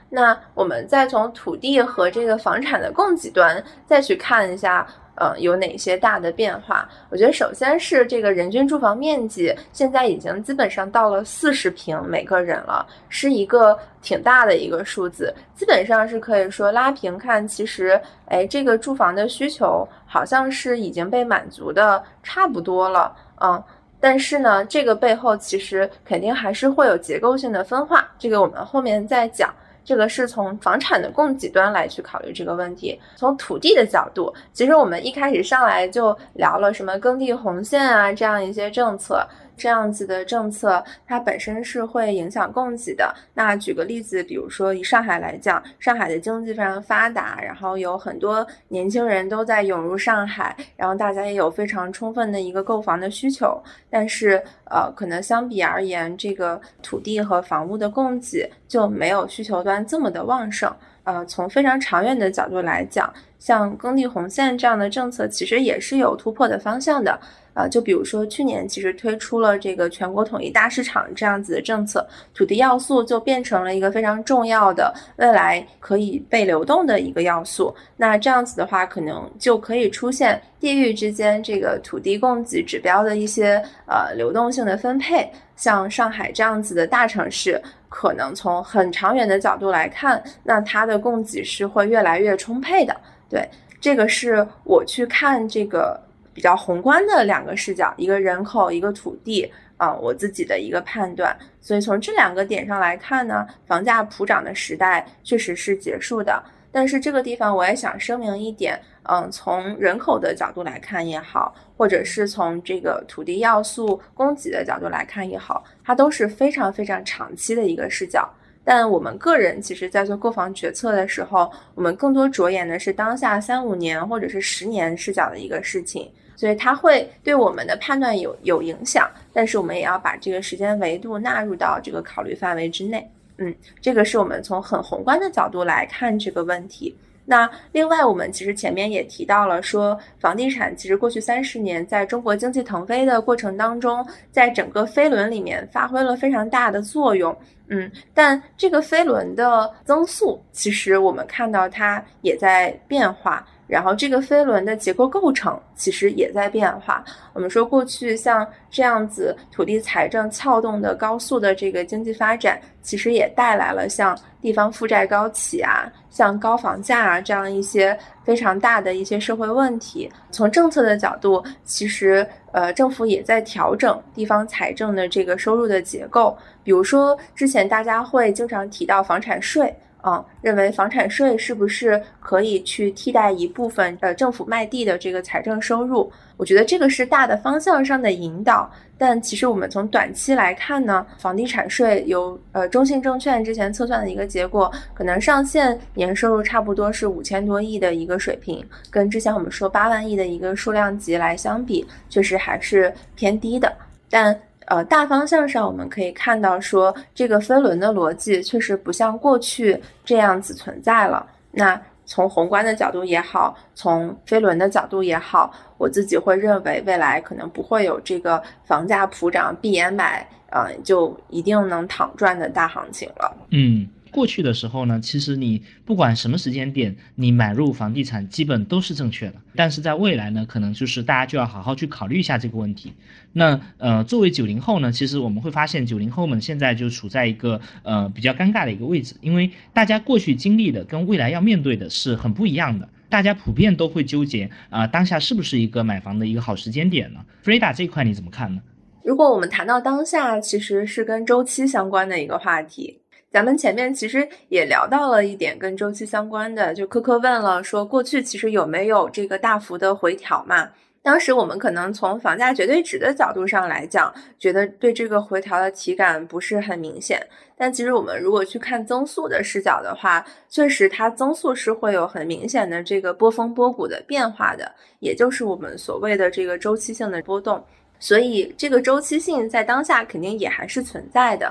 那我们再从土地和这个房产的供给端再去看一下有哪些大的变化。我觉得首先是这个人均住房面积现在已经基本上到了40平每个人了，是一个挺大的一个数字，基本上是可以说拉平看，其实这个住房的需求好像是已经被满足的差不多了但是呢，这个背后其实肯定还是会有结构性的分化，这个我们后面再讲。这个是从房产的供给端来去考虑这个问题。从土地的角度，其实我们一开始上来就聊了什么耕地红线啊这样一些政策，这样子的政策它本身是会影响供给的。那举个例子，比如说以上海来讲，上海的经济非常发达，然后有很多年轻人都在涌入上海，然后大家也有非常充分的一个购房的需求，但是可能相比而言，这个土地和房屋的供给就没有需求端这么的旺盛。从非常长远的角度来讲，像耕地红线这样的政策其实也是有突破的方向的。就比如说去年其实推出了这个全国统一大市场这样子的政策，土地要素就变成了一个非常重要的未来可以被流动的一个要素。那这样子的话，可能就可以出现地域之间这个土地供给指标的一些流动性的分配。像上海这样子的大城市，可能从很长远的角度来看，那它的供给是会越来越充沛的。对，这个是我去看这个比较宏观的两个视角，一个人口，一个土地我自己的一个判断。所以从这两个点上来看呢，房价普涨的时代确实是结束的。但是这个地方我也想声明一点，从人口的角度来看也好，或者是从这个土地要素供给的角度来看也好，它都是非常非常长期的一个视角。但我们个人其实在做购房决策的时候，我们更多着眼的是当下3-5年或者是10年视角的一个事情，所以它会对我们的判断有影响，但是我们也要把这个时间维度纳入到这个考虑范围之内。这个是我们从很宏观的角度来看这个问题。那另外我们其实前面也提到了说，房地产其实过去30年在中国经济腾飞的过程当中，在整个飞轮里面发挥了非常大的作用。但这个飞轮的增速其实我们看到它也在变化，然后这个飞轮的结构构成其实也在变化。我们说过去像这样子土地财政撬动的高速的这个经济发展，其实也带来了像地方负债高企像高房价这样一些非常大的一些社会问题。从政策的角度，其实政府也在调整地方财政的这个收入的结构。比如说之前大家会经常提到房产税认为房产税是不是可以去替代一部分政府卖地的这个财政收入。我觉得这个是大的方向上的引导，但其实我们从短期来看呢，房地产税由中信证券之前测算的一个结果，可能上限年收入差不多是5000多亿的一个水平，跟之前我们说8万亿的一个数量级来相比，确实还是偏低的。但大方向上我们可以看到说，这个飞轮的逻辑确实不像过去这样子存在了。那从宏观的角度也好，从飞轮的角度也好，我自己会认为未来可能不会有这个房价普涨闭眼买就一定能躺赚的大行情了。 过去的时候呢，其实你不管什么时间点，你买入房地产基本都是正确的。但是在未来呢，可能就是大家就要好好去考虑一下这个问题。那作为90后呢，其实我们会发现90后们现在就处在一个比较尴尬的一个位置，因为大家过去经历的跟未来要面对的是很不一样的。大家普遍都会纠结当下是不是一个买房的一个好时间点呢？ Freda 这一块你怎么看呢？ 如果我们谈到当下，其实是跟周期相关的一个话题。咱们前面其实也聊到了一点跟周期相关的，就科科问了说过去其实有没有这个大幅的回调嘛。当时我们可能从房价绝对值的角度上来讲，觉得对这个回调的体感不是很明显，但其实我们如果去看增速的视角的话，确实它增速是会有很明显的这个波峰波谷的变化的，也就是我们所谓的这个周期性的波动。所以这个周期性在当下肯定也还是存在的。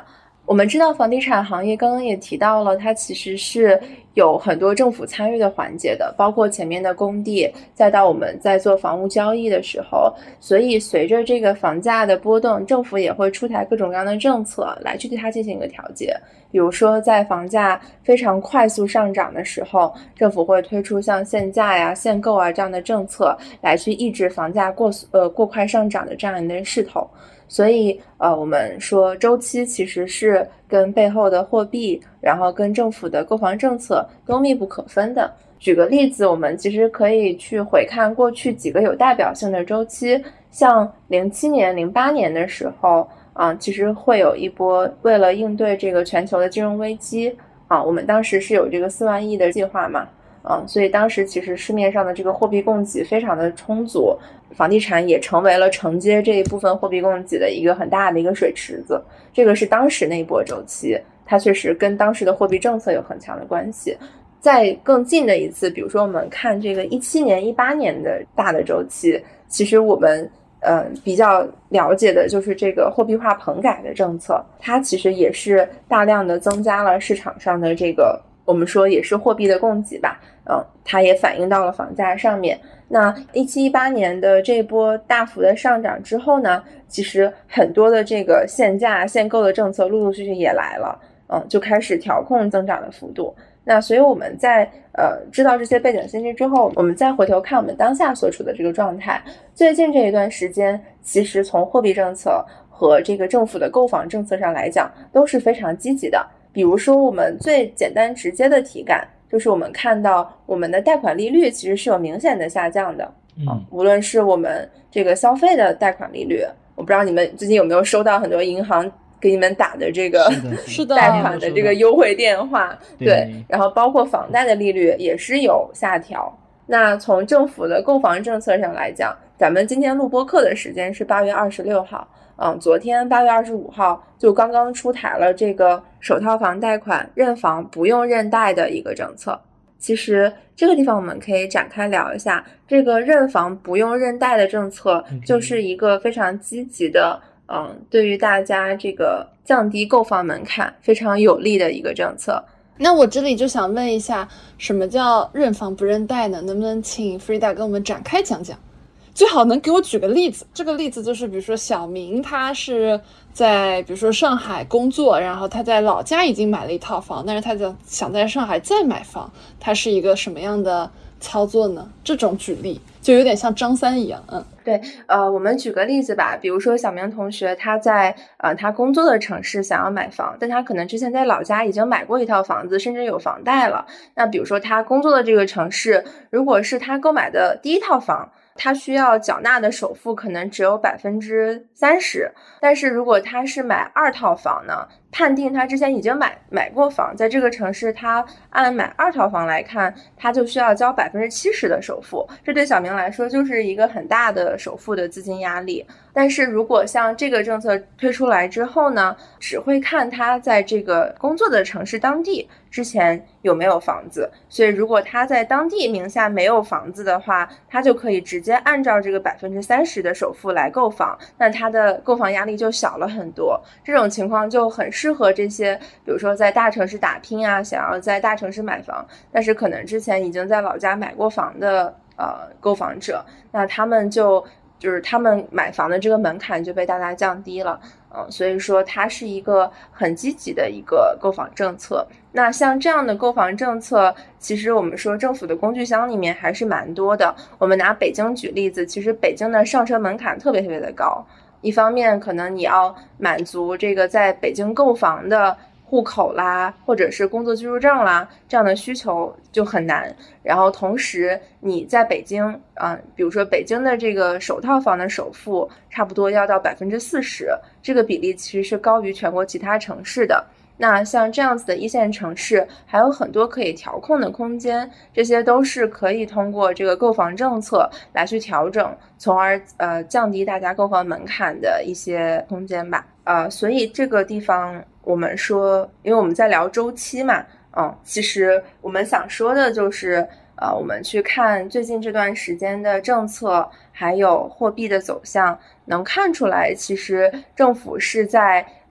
我们知道房地产行业刚刚也提到了，它其实是有很多政府参与的环节的，包括前面的工地，再到我们在做房屋交易的时候，所以随着这个房价的波动，政府也会出台各种各样的政策来去对它进行一个调节。比如说在房价非常快速上涨的时候，政府会推出像限价呀、限购啊这样的政策来去抑制房价过快上涨的这样的势头。所以我们说周期其实是跟背后的货币，然后跟政府的购房政策都密不可分的。举个例子，我们其实可以去回看过去几个有代表性的周期，像07年、08年的时候其实会有一波为了应对这个全球的金融危机我们当时是有这个4万亿的计划嘛所以当时其实市面上的这个货币供给非常的充足，房地产也成为了承接这一部分货币供给的一个很大的一个水池子。这个是当时那一波周期，它确实跟当时的货币政策有很强的关系。再更近的一次，比如说我们看这个17年、18年的大的周期，其实我们比较了解的就是这个货币化棚改的政策，它其实也是大量的增加了市场上的这个我们说也是货币的供给吧它也反映到了房价上面。那17、18年的这波大幅的上涨之后呢，其实很多的这个限价限购的政策陆陆续续也来了就开始调控增长的幅度。那所以我们在知道这些背景信息之后，我们再回头看我们当下所处的这个状态，最近这一段时间其实从货币政策和这个政府的购房政策上来讲都是非常积极的。比如说我们最简单直接的体感就是我们看到我们的贷款利率其实是有明显的下降的无论是我们这个消费的贷款利率，我不知道你们最近有没有收到很多银行给你们打的这个是的贷款的这个优惠电话，对，然后包括房贷的利率也是有下调。那从政府的购房政策上来讲，咱们今天录播课的时间是8月26号昨天8月25号就刚刚出台了这个首套房贷款认房不用认贷的一个政策。其实这个地方我们可以展开聊一下，这个认房不用认贷的政策就是一个非常积极的对于大家这个降低购房门槛非常有利的一个政策。 那我这里就想问一下，什么叫认房不认贷呢？能不能请 Frida 跟我们展开讲讲？最好能给我举个例子。这个例子就是比如说小明他是在比如说上海工作，然后他在老家已经买了一套房，但是他想在上海再买房，他是一个什么样的操作呢？这种举例就有点像张三一样对我们举个例子吧，比如说小明同学他在他工作的城市想要买房，但他可能之前在老家已经买过一套房子，甚至有房贷了。那比如说他工作的这个城市如果是他购买的第一套房，他需要缴纳的首付可能只有30%，但是如果他是买2套房呢，判定他之前已经买过房，在这个城市他按买2套房来看，他就需要交70%的首付，这对小明来说就是一个很大的首付的资金压力。但是如果像这个政策推出来之后呢，只会看他在这个工作的城市当地之前有没有房子，所以如果他在当地名下没有房子的话，他就可以直接按照这个30%的首付来购房，那他的购房压力就小了很多。这种情况就很适合这些比如说在大城市打拼想要在大城市买房，但是可能之前已经在老家买过房的购房者，那他们就是他们买房的这个门槛就被大大降低了所以说它是一个很积极的一个购房政策。那像这样的购房政策，其实我们说政府的工具箱里面还是蛮多的。我们拿北京举例子，其实北京的上车门槛特别的高，一方面可能你要满足这个在北京购房的户口啦，或者是工作居住证啦，这样的需求就很难。然后同时你在北京比如说北京的这个首套房的首付差不多要到40%，这个比例其实是高于全国其他城市的。那像这样子的一线城市还有很多可以调控的空间，这些都是可以通过这个购房政策来去调整，从而降低大家购房门槛的一些空间吧。所以这个地方我们说，因为我们在聊周期嘛其实我们想说的就是我们去看最近这段时间的政策还有货币的走向，能看出来其实政府是在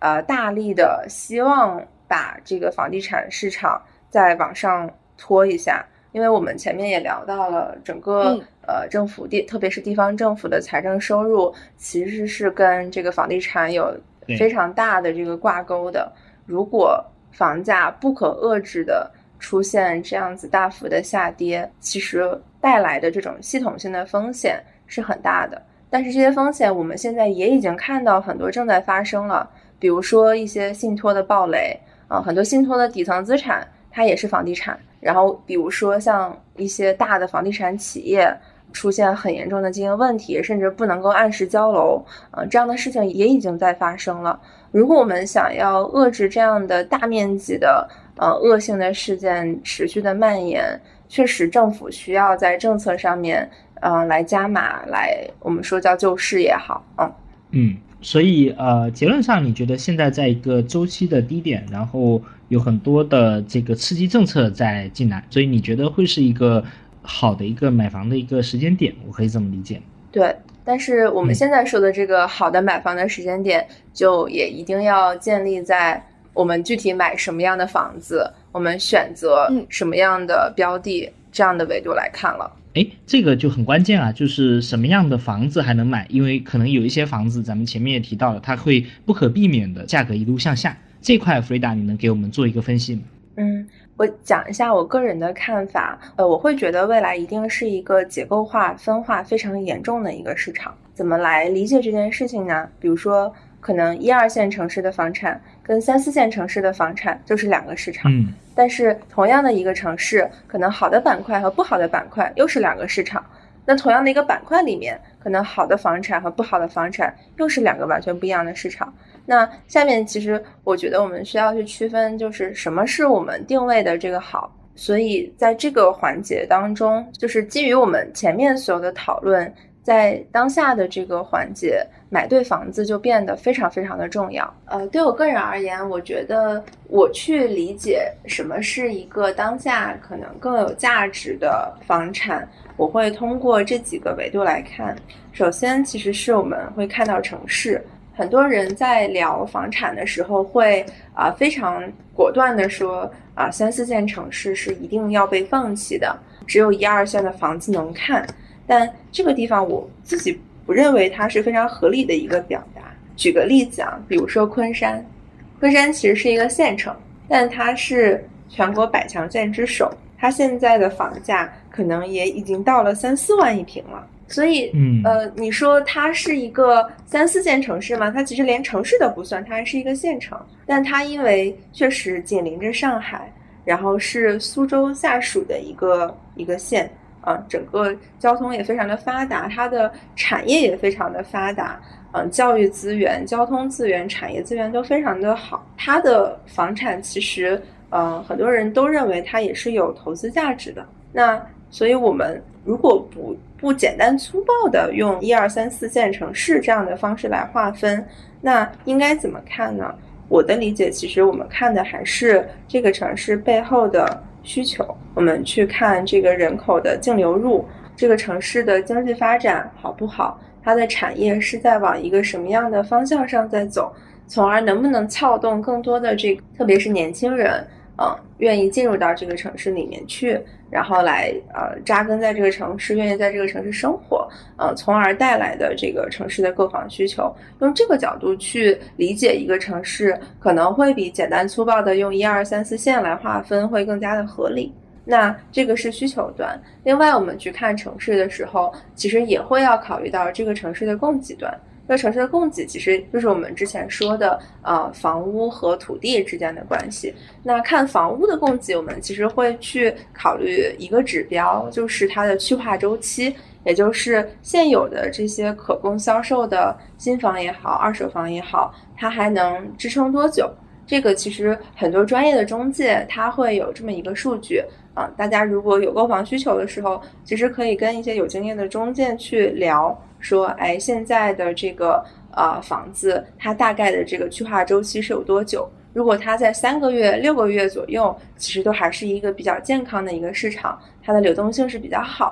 大力的希望把这个房地产市场再往上拖一下。因为我们前面也聊到了整个政府特别是地方政府的财政收入其实是跟这个房地产有非常大的这个挂钩的。如果房价不可遏制的出现这样子大幅的下跌，其实带来的这种系统性的风险是很大的。但是这些风险我们现在也已经看到很多正在发生了，比如说一些信托的暴雷很多信托的底层资产它也是房地产，然后比如说像一些大的房地产企业出现很严重的经营问题，甚至不能够按时交楼这样的事情也已经在发生了。如果我们想要遏制这样的大面积的恶性的事件持续的蔓延，确实政府需要在政策上面来加码，来我们说叫救市也好所以结论上你觉得现在在一个周期的低点，然后有很多的这个刺激政策在进来，所以你觉得会是一个好的一个买房的一个时间点，我可以这么理解？ 对，但是我们现在说的这个好的买房的时间点就也一定要建立在我们具体买什么样的房子，我们选择什么样的标的这样的维度来看了。 这个就很关键啊，就是什么样的房子还能买，因为可能有一些房子咱们前面也提到了，它会不可避免的价格一路向下，这块弗瑞达你能给我们做一个分析吗？ 我讲一下我个人的看法，我会觉得未来一定是一个结构化分化非常严重的一个市场。怎么来理解这件事情呢？比如说可能1、2线城市的房产跟3、4线城市的房产就是两个市场但是同样的一个城市，可能好的板块和不好的板块又是两个市场。那同样的一个板块里面，可能好的房产和不好的房产又是两个完全不一样的市场。那下面其实我觉得我们需要去区分，就是什么是我们定位的这个好。所以在这个环节当中，就是基于我们前面所有的讨论，在当下的这个环节，买对房子就变得非常非常的重要。对我个人而言，我觉得我去理解什么是一个当下可能更有价值的房产，我会通过这几个维度来看。首先，其实是我们会看到城市。很多人在聊房产的时候会非常果断的说3、4线城市是一定要被放弃的，只有1、2线的房子能看。但这个地方我自己不认为它是非常合理的一个表达。举个例子比如说昆山其实是一个县城，但它是全国100强县之首，它现在的房价可能也已经到了3、4万一平了。所以你说它是一个3、4线城市吗？它其实连城市都不算，它还是一个县城。但它因为确实紧邻着上海，然后是苏州下属的一个县整个交通也非常的发达，它的产业也非常的发达教育资源、交通资源、产业资源都非常的好。它的房产其实很多人都认为它也是有投资价值的。那所以我们如果不简单粗暴的用1、2、3、4线城市这样的方式来划分，那应该怎么看呢？我的理解其实我们看的还是这个城市背后的需求，我们去看这个人口的净流入，这个城市的经济发展好不好，它的产业是在往一个什么样的方向上在走，从而能不能撬动更多的这个特别是年轻人愿意进入到这个城市里面去，然后来扎根在这个城市，愿意在这个城市生活从而带来的这个城市的购房需求。用这个角度去理解一个城市，可能会比简单粗暴的用1、2、3、4线来划分会更加的合理。那这个是需求端。另外我们去看城市的时候，其实也会要考虑到这个城市的供给端。这个城市的供给其实就是我们之前说的房屋和土地之间的关系。那看房屋的供给，我们其实会去考虑一个指标，就是它的去化周期，也就是现有的这些可供销售的新房也好，二手房也好，它还能支撑多久。这个其实很多专业的中介它会有这么一个数据大家如果有购房需求的时候，其实可以跟一些有经验的中介去聊，说现在的这个房子它大概的这个去化周期是有多久。如果它在3个月、6个月左右，其实都还是一个比较健康的一个市场，它的流动性是比较好的。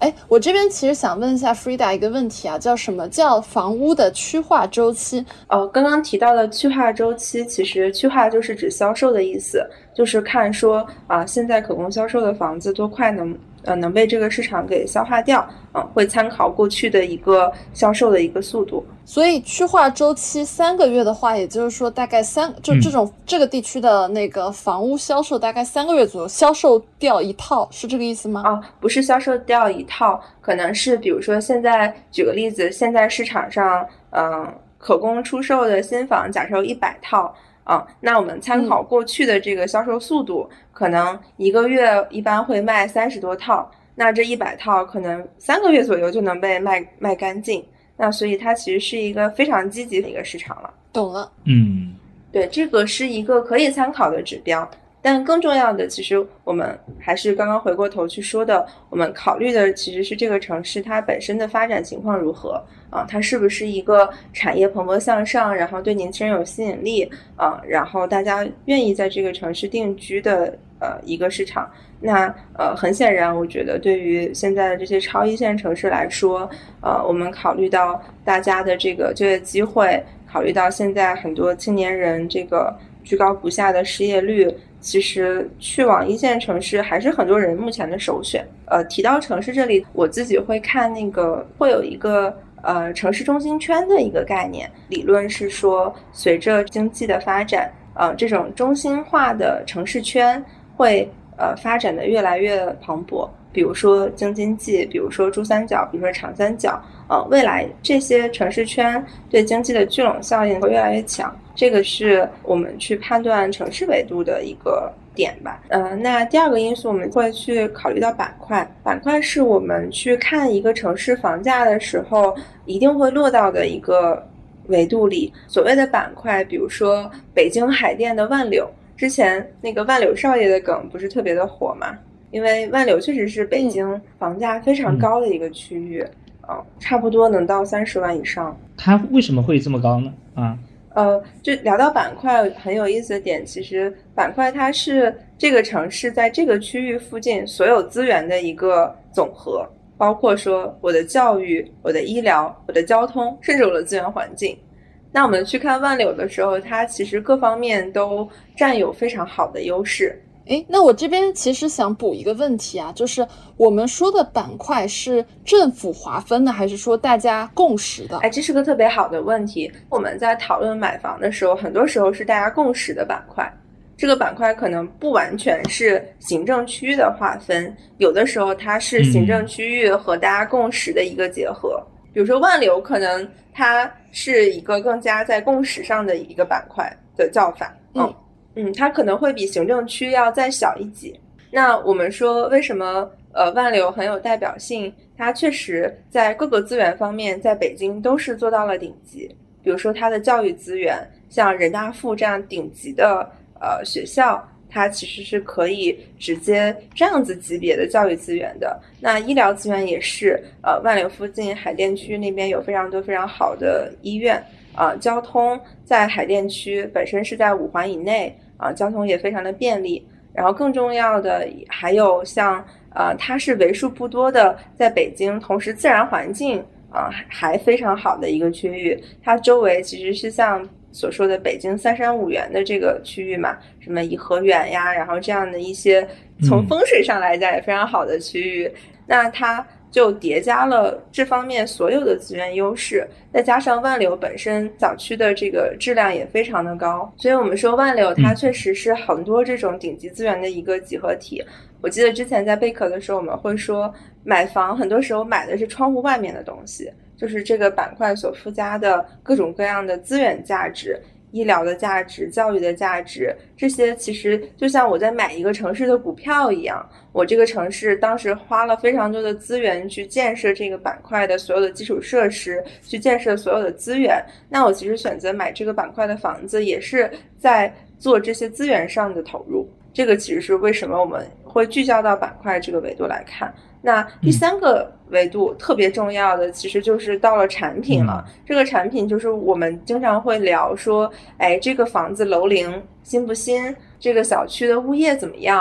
我这边其实想问一下 Frida 一个问题啊，叫什么叫房屋的趋化周期？ 刚刚提到的趋化周期，其实趋化就是指销售的意思，就是看说现在可供销售的房子多快能被这个市场给消化掉，会参考过去的一个销售的一个速度。 所以趋化周期3个月的话，也就是说大概这个地区的那个房屋销售大概3个月左右销售掉一套，是这个意思吗？ 不是销售掉一套，可能是比如说现在举个例子，现在市场上可供出售的新房假设有100套。那我们参考过去的这个销售速度，可能1个月一般会卖30多套，那这100套可能3个月左右就能被卖干净，那所以它其实是一个非常积极的一个市场了。 懂了。 对，这个是一个可以参考的指标，但更重要的其实我们还是刚刚回过头去说的，我们考虑的其实是这个城市它本身的发展情况如何它是不是一个产业蓬勃向上，然后对年轻人有吸引力然后大家愿意在这个城市定居的一个市场。那很显然我觉得对于现在的这些超一线城市来说我们考虑到大家的这个就业机会，考虑到现在很多青年人这个居高不下的失业率，其实去往一线城市还是很多人目前的首选。提到城市这里，我自己会看会有一个城市中心圈的一个概念，理论是说随着经济的发展这种中心化的城市圈会发展的越来越蓬勃，比如说京津冀，比如说珠三角，比如说长三角未来这些城市圈对经济的聚拢效应会越来越强，这个是我们去判断城市维度的一个点吧。那第二个因素我们会去考虑到板块是我们去看一个城市房价的时候一定会落到的一个维度里。所谓的板块，比如说北京海淀的万柳，之前那个万柳少爷的梗不是特别的火嘛，因为万柳确实是北京房价非常高的一个区域差不多能到30万以上。 它为什么会这么高呢？ 就聊到板块很有意思的点，其实板块它是这个城市在这个区域附近所有资源的一个总和，包括说我的教育、我的医疗、我的交通，甚至我的资源环境。那我们去看万柳的时候，它其实各方面都占有非常好的优势。 那我这边其实想补一个问题啊，就是我们说的板块是政府划分的，还是说大家共识的？ 这是个特别好的问题。我们在讨论买房的时候，很多时候是大家共识的板块。这个板块可能不完全是行政区域的划分，有的时候它是行政区域和大家共识的一个结合。比如说万柳，可能它是一个更加在共识上的一个板块的叫法。它可能会比行政区要再小一级。那我们说为什么万柳很有代表性，它确实在各个资源方面在北京都是做到了顶级。比如说它的教育资源，像人大附这样顶级的学校，它其实是可以直接这样子级别的教育资源的。那医疗资源也是万柳附近海淀区那边有非常多非常好的医院交通在海淀区本身是在5环以内交通也非常的便利。然后更重要的还有像它是为数不多的在北京同时自然环境还非常好的一个区域。它周围其实是像所说的北京3山5园的这个区域嘛，什么颐和园呀，然后这样的一些从风水上来讲也非常好的区域。那它就叠加了这方面所有的资源优势，再加上万柳本身小区的这个质量也非常的高，所以我们说万柳它确实是很多这种顶级资源的一个集合体。我记得之前在贝壳的时候我们会说买房很多时候买的是窗户外面的东西，就是这个板块所附加的各种各样的资源价值，医疗的价值，教育的价值，这些其实就像我在买一个城市的股票一样，我这个城市当时花了非常多的资源去建设这个板块的所有的基础设施，去建设所有的资源，那我其实选择买这个板块的房子也是在做这些资源上的投入。这个其实是为什么我们会聚焦到板块这个维度来看。那第三个维度特别重要的其实就是到了产品了。这个产品就是我们经常会聊说这个房子楼龄新不新，这个小区的物业怎么样，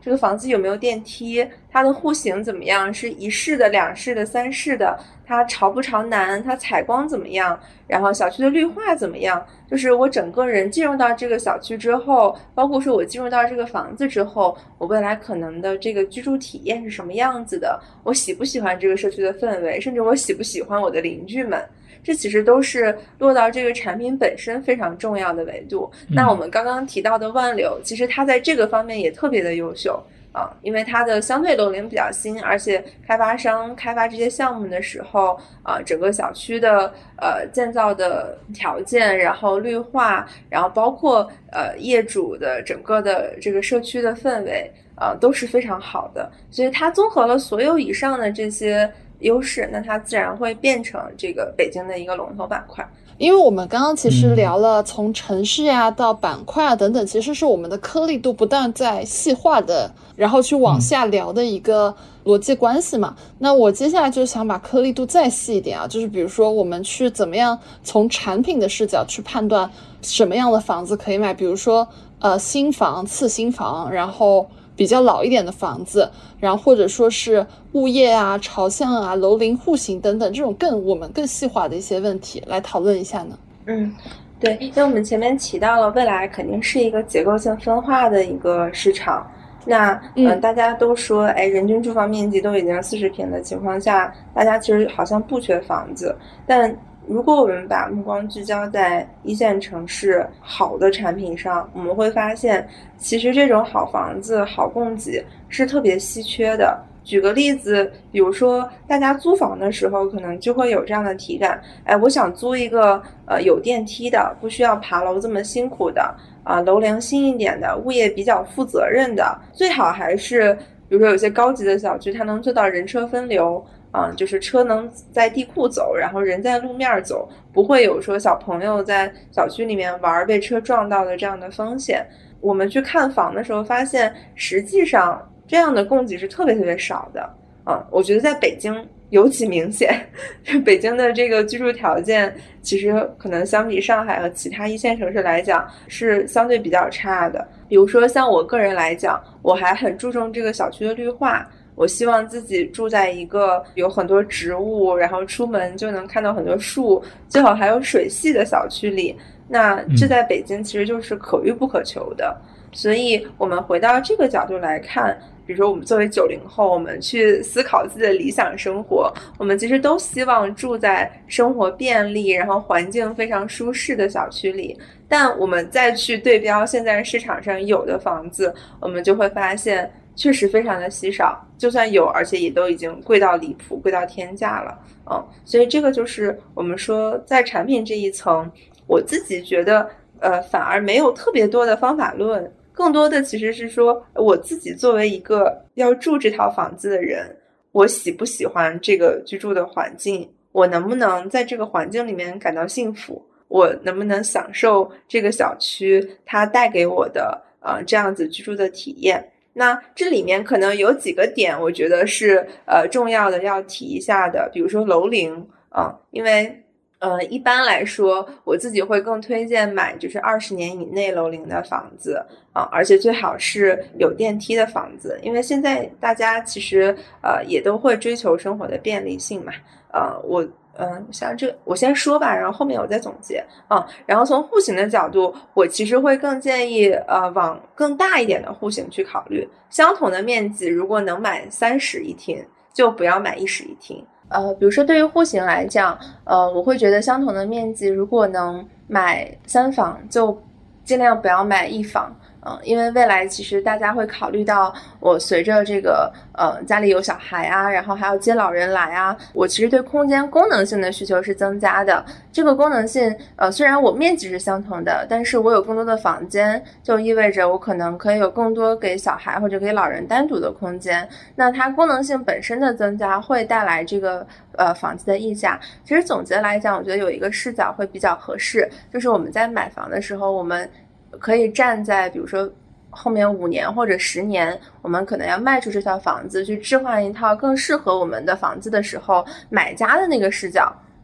这个房子有没有电梯，它的户型怎么样，是一室的、两室的、三室的，它朝不朝南，它采光怎么样，然后小区的绿化怎么样，就是我整个人进入到这个小区之后，包括说我进入到这个房子之后，我未来可能的这个居住体验是什么样子的，我喜不喜欢这个社区的氛围，甚至我喜不喜欢我的邻居们，这其实都是落到这个产品本身非常重要的维度。那我们刚刚提到的万柳，其实它在这个方面也特别的优秀啊，因为它的相对楼龄比较新，而且开发商开发这些项目的时候啊，整个小区的建造的条件，然后绿化，然后包括业主的整个的这个社区的氛围都是非常好的，所以它综合了所有以上的这些优势，那它自然会变成这个北京的一个龙头板块。 因为我们刚刚其实聊了从城市呀到板块啊等等，其实是我们的颗粒度不断在细化的，然后去往下聊的一个逻辑关系嘛。那我接下来就想把颗粒度再细一点啊，就是比如说我们去怎么样从产品的视角去判断什么样的房子可以买，比如说新房、次新房，然后比较老一点的房子，然后或者说是物业啊、朝向啊、楼龄、户型等等这种我们更细化的一些问题来讨论一下呢？ 对，因为我们前面提到了未来肯定是一个结构性分化的一个市场。那大家都说，人均住房面积都已经40平的情况下，大家其实好像不缺房子，但如果我们把目光聚焦在一线城市好的产品上，我们会发现其实这种好房子好供给是特别稀缺的。举个例子，比如说大家租房的时候可能就会有这样的体感，我想租一个有电梯的，不需要爬楼这么辛苦的楼龄新一点的，物业比较负责任的，最好还是比如说有些高级的小区它能做到人车分流就是车能在地库走，然后人在路面走，不会有说小朋友在小区里面玩被车撞到的这样的风险。我们去看房的时候发现，实际上这样的供给是特别特别少的我觉得在北京尤其明显，北京的这个居住条件其实可能相比上海和其他一线城市来讲是相对比较差的。比如说像我个人来讲，我还很注重这个小区的绿化，我希望自己住在一个有很多植物，然后出门就能看到很多树，最好还有水系的小区里，那这在北京其实就是可遇不可求的。所以我们回到这个角度来看，比如说我们作为90后，我们去思考自己的理想生活，我们其实都希望住在生活便利，然后环境非常舒适的小区里。但我们再去对标现在市场上有的房子，我们就会发现确实非常的稀少，就算有，而且也都已经贵到离谱，贵到天价了。所以这个就是我们说在产品这一层，我自己觉得反而没有特别多的方法论，更多的其实是说我自己作为一个要住这套房子的人，我喜不喜欢这个居住的环境，我能不能在这个环境里面感到幸福，我能不能享受这个小区它带给我的这样子居住的体验。那这里面可能有几个点我觉得是重要的要提一下的，比如说楼龄因为一般来说我自己会更推荐买就是20年以内楼龄的房子而且最好是有电梯的房子，因为现在大家其实也都会追求生活的便利性嘛像我先说吧，然后后面我再总结然后从户型的角度，我其实会更建议往更大一点的户型去考虑。相同的面积，如果能买3室一厅，就不要买1室一厅。比如说对于户型来讲，我会觉得相同的面积，如果能买3房，就尽量不要买1房。因为未来其实大家会考虑到我随着这个家里有小孩啊，然后还要接老人来啊，我其实对空间功能性的需求是增加的。这个功能性虽然我面积是相同的，但是我有更多的房间，就意味着我可能可以有更多给小孩或者给老人单独的空间，那它功能性本身的增加会带来这个房子的溢价。其实总结来讲，我觉得有一个视角会比较合适，就是我们在买房的时候，我们可以站在比如说后面5年或者10年，我们可能要卖出这套房子，去置换一套更适合我们的房子的时候，买家的那个视角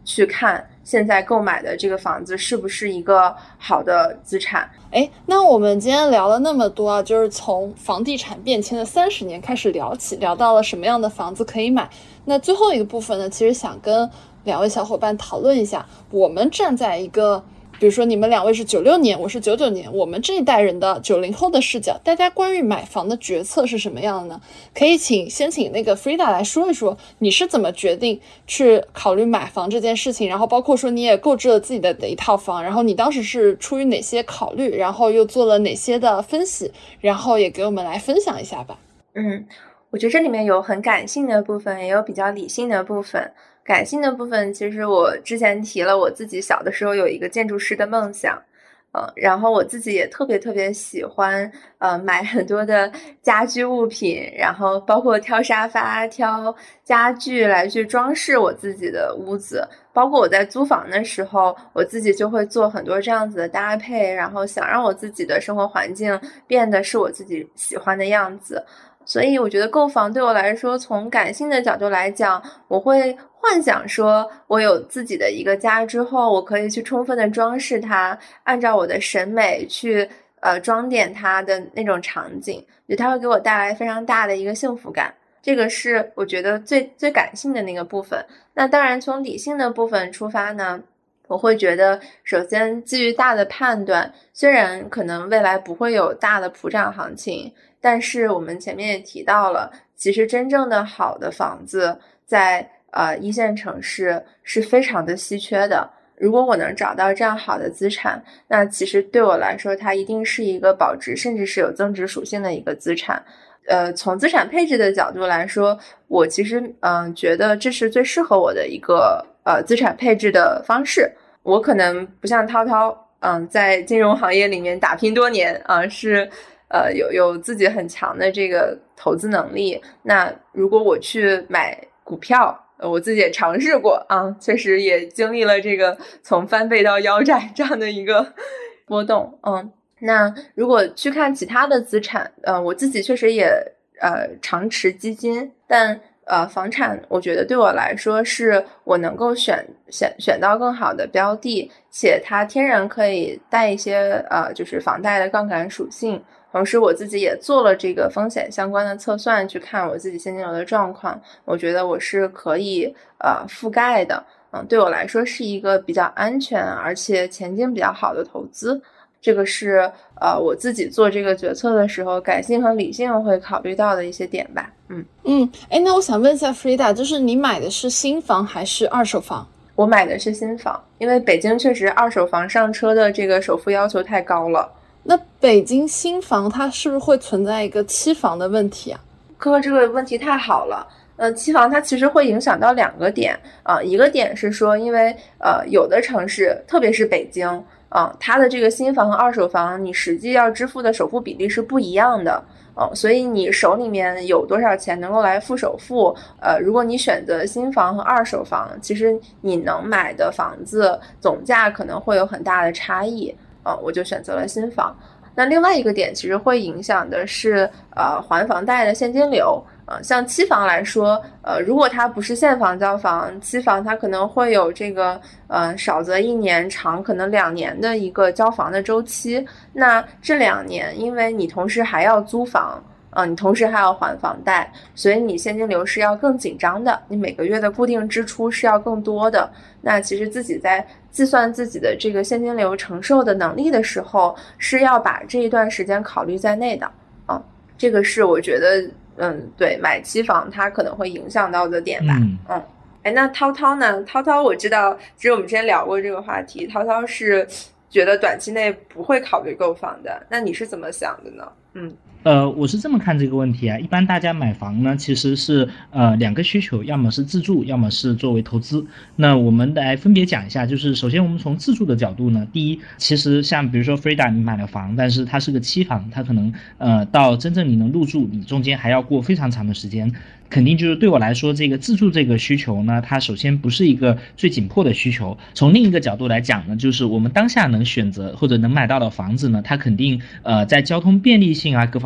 去看现在购买的这个房子是不是一个好的资产。 那我们今天聊了那么多啊，就是从房地产变迁的30年开始聊起，聊到了什么样的房子可以买。那最后一个部分呢，其实想跟2位小伙伴讨论一下，我们站在一个比如说你们2位是96年，我是99年，我们这一代人的90后的视角，大家关于买房的决策是什么样的呢？可以先请那个 Frida 来说一说，你是怎么决定去考虑买房这件事情，然后包括说你也购置了自己的一套房，然后你当时是出于哪些考虑，然后又做了哪些的分析，然后也给我们来分享一下吧。 我觉得这里面有很感性的部分，也有比较理性的部分。感性的部分，其实我之前提了，我自己小的时候有一个建筑师的梦想，然后我自己也特别喜欢买很多的家居物品，然后包括挑沙发、挑家具来去装饰我自己的屋子。包括我在租房的时候，我自己就会做很多这样子的搭配，然后想让我自己的生活环境变得是我自己喜欢的样子。所以我觉得购房对我来说，从感性的角度来讲，我会幻想说我有自己的一个家之后，我可以去充分的装饰它，按照我的审美去装点它的那种场景，就它会给我带来非常大的一个幸福感。这个是我觉得最感性的那个部分。那当然从理性的部分出发呢，我会觉得首先基于大的判断，虽然可能未来不会有大的普涨行情，但是我们前面也提到了，其实真正的好的房子在一线城市是非常的稀缺的。如果我能找到这样好的资产，那其实对我来说它一定是一个保值甚至是有增值属性的一个资产。从资产配置的角度来说，我其实觉得这是最适合我的一个资产配置的方式。我可能不像涛涛在金融行业里面打拼多年是有自己很强的这个投资能力。那如果我去买股票，我自己也尝试过确实也经历了这个从翻倍到腰斩这样的一个波动。那如果去看其他的资产，我自己确实也长持基金，但房产我觉得对我来说是我能够选到更好的标的，且它天然可以带一些就是房贷的杠杆属性。同时我自己也做了这个风险相关的测算，去看我自己现金流的状况，我觉得我是可以覆盖的。对我来说是一个比较安全而且前景比较好的投资。这个是我自己做这个决策的时候感性和理性会考虑到的一些点吧。 那我想问一下 Frida， 就是你买的是新房还是二手房？ 我买的是新房，因为北京确实二手房上车的这个首付要求太高了。 那北京新房它是不是会存在一个期房的问题啊？ 科科这个问题太好了。期房它其实会影响到2个点一个点是说，因为有的城市特别是北京它的这个新房和二手房你实际要支付的首付比例是不一样的所以你手里面有多少钱能够来付首付如果你选择新房和二手房，其实你能买的房子总价可能会有很大的差异我就选择了新房。那另外一个点其实会影响的是还房贷的现金流像期房来说如果它不是现房交房，期房它可能会有这个少则1年长可能2年的一个交房的周期。那这2年因为你同时还要租房你同时还要还房贷，所以你现金流是要更紧张的，你每个月的固定支出是要更多的。那其实自己在计算自己的这个现金流承受的能力的时候，是要把这一段时间考虑在内的这个是我觉得对买期房它可能会影响到的点吧。那涛涛呢？涛涛我知道其实我们之前聊过这个话题，涛涛是觉得短期内不会考虑购房的，那你是怎么想的呢？ 我是这么看这个问题一般大家买房呢，其实是2个需求，要么是自住，要么是作为投资。那我们来分别讲一下，就是首先我们从自住的角度呢，第一，其实像比如说 Frida 你买了房，但是它是个期房，它可能到真正你能入住，你中间还要过非常长的时间。肯定就是对我来说，这个自住这个需求呢，它首先不是一个最紧迫的需求。从另一个角度来讲呢，就是我们当下能选择或者能买到的房子呢，它肯定在交通便利性各方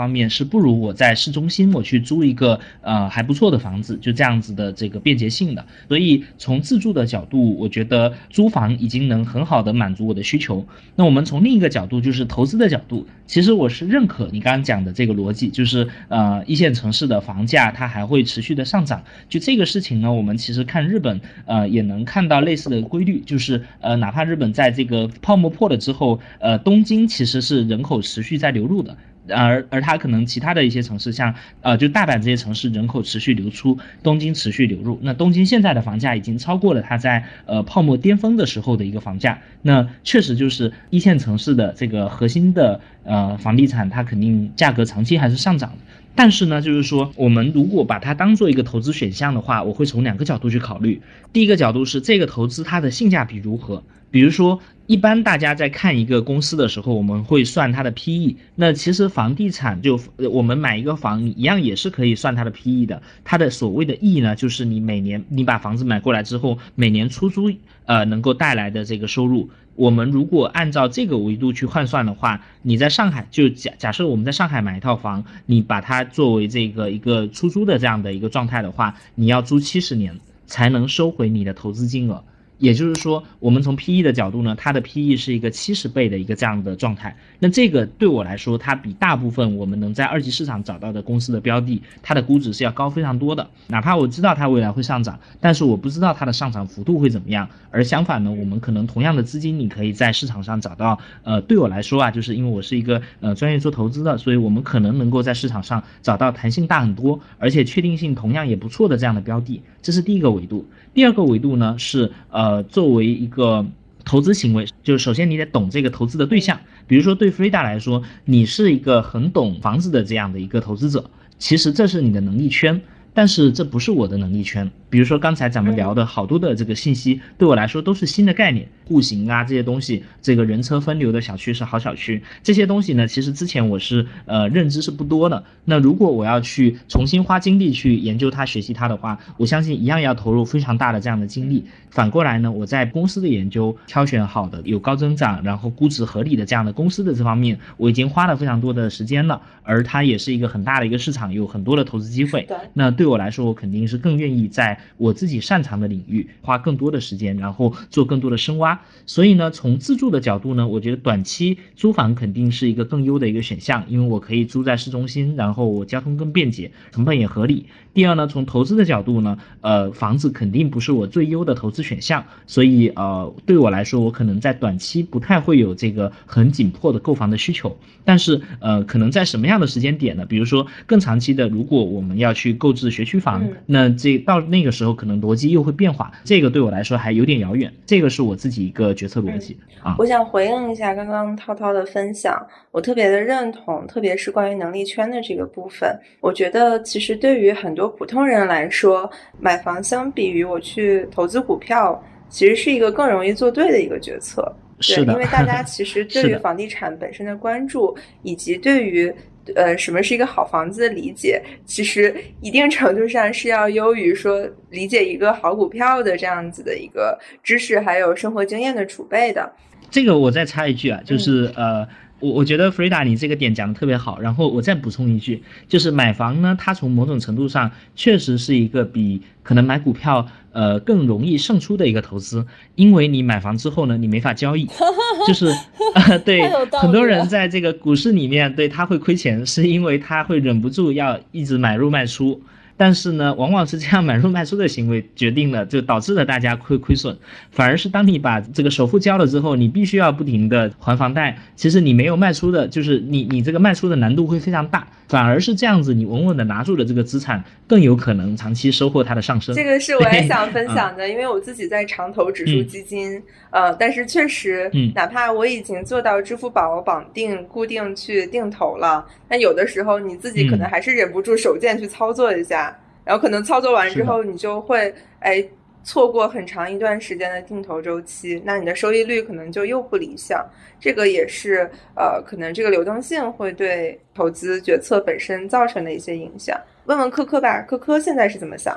方面是不如我在市中心我去租一个还不错的房子，就这样子的这个便捷性的。所以从自住的角度，我觉得租房已经能很好的满足我的需求。那我们从另一个角度，就是投资的角度，其实我是认可你刚刚讲的这个逻辑，就是一线城市的房价它还会持续的上涨。就这个事情呢，我们其实看日本也能看到类似的规律，就是哪怕日本在这个泡沫破了之后，东京其实是人口持续在流入的。而它可能其他的一些城市像就大阪这些城市人口持续流出，东京持续流入。那东京现在的房价已经超过了它在泡沫巅峰的时候的一个房价。那确实就是一线城市的这个核心的房地产，它肯定价格长期还是上涨的。但是呢，就是说我们如果把它当做一个投资选项的话，我会从2个角度去考虑。第一个角度是这个投资它的性价比如何，比如说一般大家在看一个公司的时候，我们会算它的 PE。那其实房地产就我们买一个房，你一样也是可以算它的 PE 的。它的所谓的 E 呢，就是你每年你把房子买过来之后，每年出租能够带来的这个收入。我们如果按照这个维度去换算的话，你在上海就假设我们在上海买一套房，你把它作为这个一个出租的这样的一个状态的话，你要租70年才能收回你的投资金额。也就是说，我们从 PE 的角度呢，它的 PE 是一个70倍的一个这样的状态。那这个对我来说，它比大部分我们能在二级市场找到的公司的标的，它的估值是要高非常多的。哪怕我知道它未来会上涨，但是我不知道它的上涨幅度会怎么样。而相反呢，我们可能同样的资金，你可以在市场上找到，对我来说啊，就是因为我是一个专业做投资的，所以我们可能能够在市场上找到弹性大很多，而且确定性同样也不错的这样的标的。这是第一个维度。第二个维度呢是作为一个投资行为，就是首先你得懂这个投资的对象。比如说对 Frida 来说，你是一个很懂房子的这样的一个投资者，其实这是你的能力圈，但是这不是我的能力圈。比如说刚才咱们聊的好多的这个信息，对我来说都是新的概念，户型啊这些东西，这个人车分流的小区是好小区，这些东西呢，其实之前我是认知是不多的。那如果我要去重新花精力去研究它、学习它的话，我相信一样要投入非常大的这样的精力。反过来呢，我在公司的研究、挑选好的、有高增长，然后估值合理的这样的公司的这方面，我已经花了非常多的时间了，而它也是一个很大的一个市场，有很多的投资机会。那对我来说，我肯定是更愿意在我自己擅长的领域花更多的时间，然后做更多的深挖。所以呢，从自住的角度呢，我觉得短期租房肯定是一个更优的一个选项，因为我可以租在市中心，然后我交通更便捷，成本也合理。第二呢，从投资的角度呢，房子肯定不是我最优的投资选项，所以对我来说，我可能在短期不太会有这个很紧迫的购房的需求。但是可能在什么样的时间点呢？比如说更长期的，如果我们要去购置学区房，那这到那个时候可能逻辑又会变化，这个对我来说还有点遥远，这个是我自己一个决策逻辑我想回应一下刚刚涛涛的分享，我特别的认同，特别是关于能力圈的这个部分。我觉得其实对于很多普通人来说，买房相比于我去投资股票，其实是一个更容易做对的一个决策。对，因为大家其实对于房地产本身的关注，以及对于什么是一个好房子的理解，其实一定程度上是要优于说理解一个好股票的这样子的一个知识还有生活经验的储备的。 这个我再插一句啊，就是我觉得 Frida 你这个点讲的特别好，然后我再补充一句，就是买房呢，它从某种程度上确实是一个比可能买股票更容易胜出的一个投资，因为你买房之后呢，你没法交易，就是对，很多人在这个股市里面对他会亏钱，是因为他会忍不住要一直买入卖出。但是呢，往往是这样买入卖出的行为决定了，就导致了大家亏损。反而是当你把这个首付交了之后，你必须要不停的还房贷，其实你没有卖出的，就是你这个卖出的难度会非常大。反而是这样子，你稳稳的拿住了这个资产，更有可能长期收获它的上升。 这个是我也想分享的，因为我自己在长投指数基金，但是确实，哪怕我已经做到支付宝绑定、固定去定投了，那有的时候你自己可能还是忍不住手贱去操作一下，然后可能操作完之后，你就会错过很长一段时间的定投周期，那你的收益率可能就又不理想。这个也是可能这个流动性会对投资决策本身造成的一些影响。问问科科吧，科科现在是怎么想的？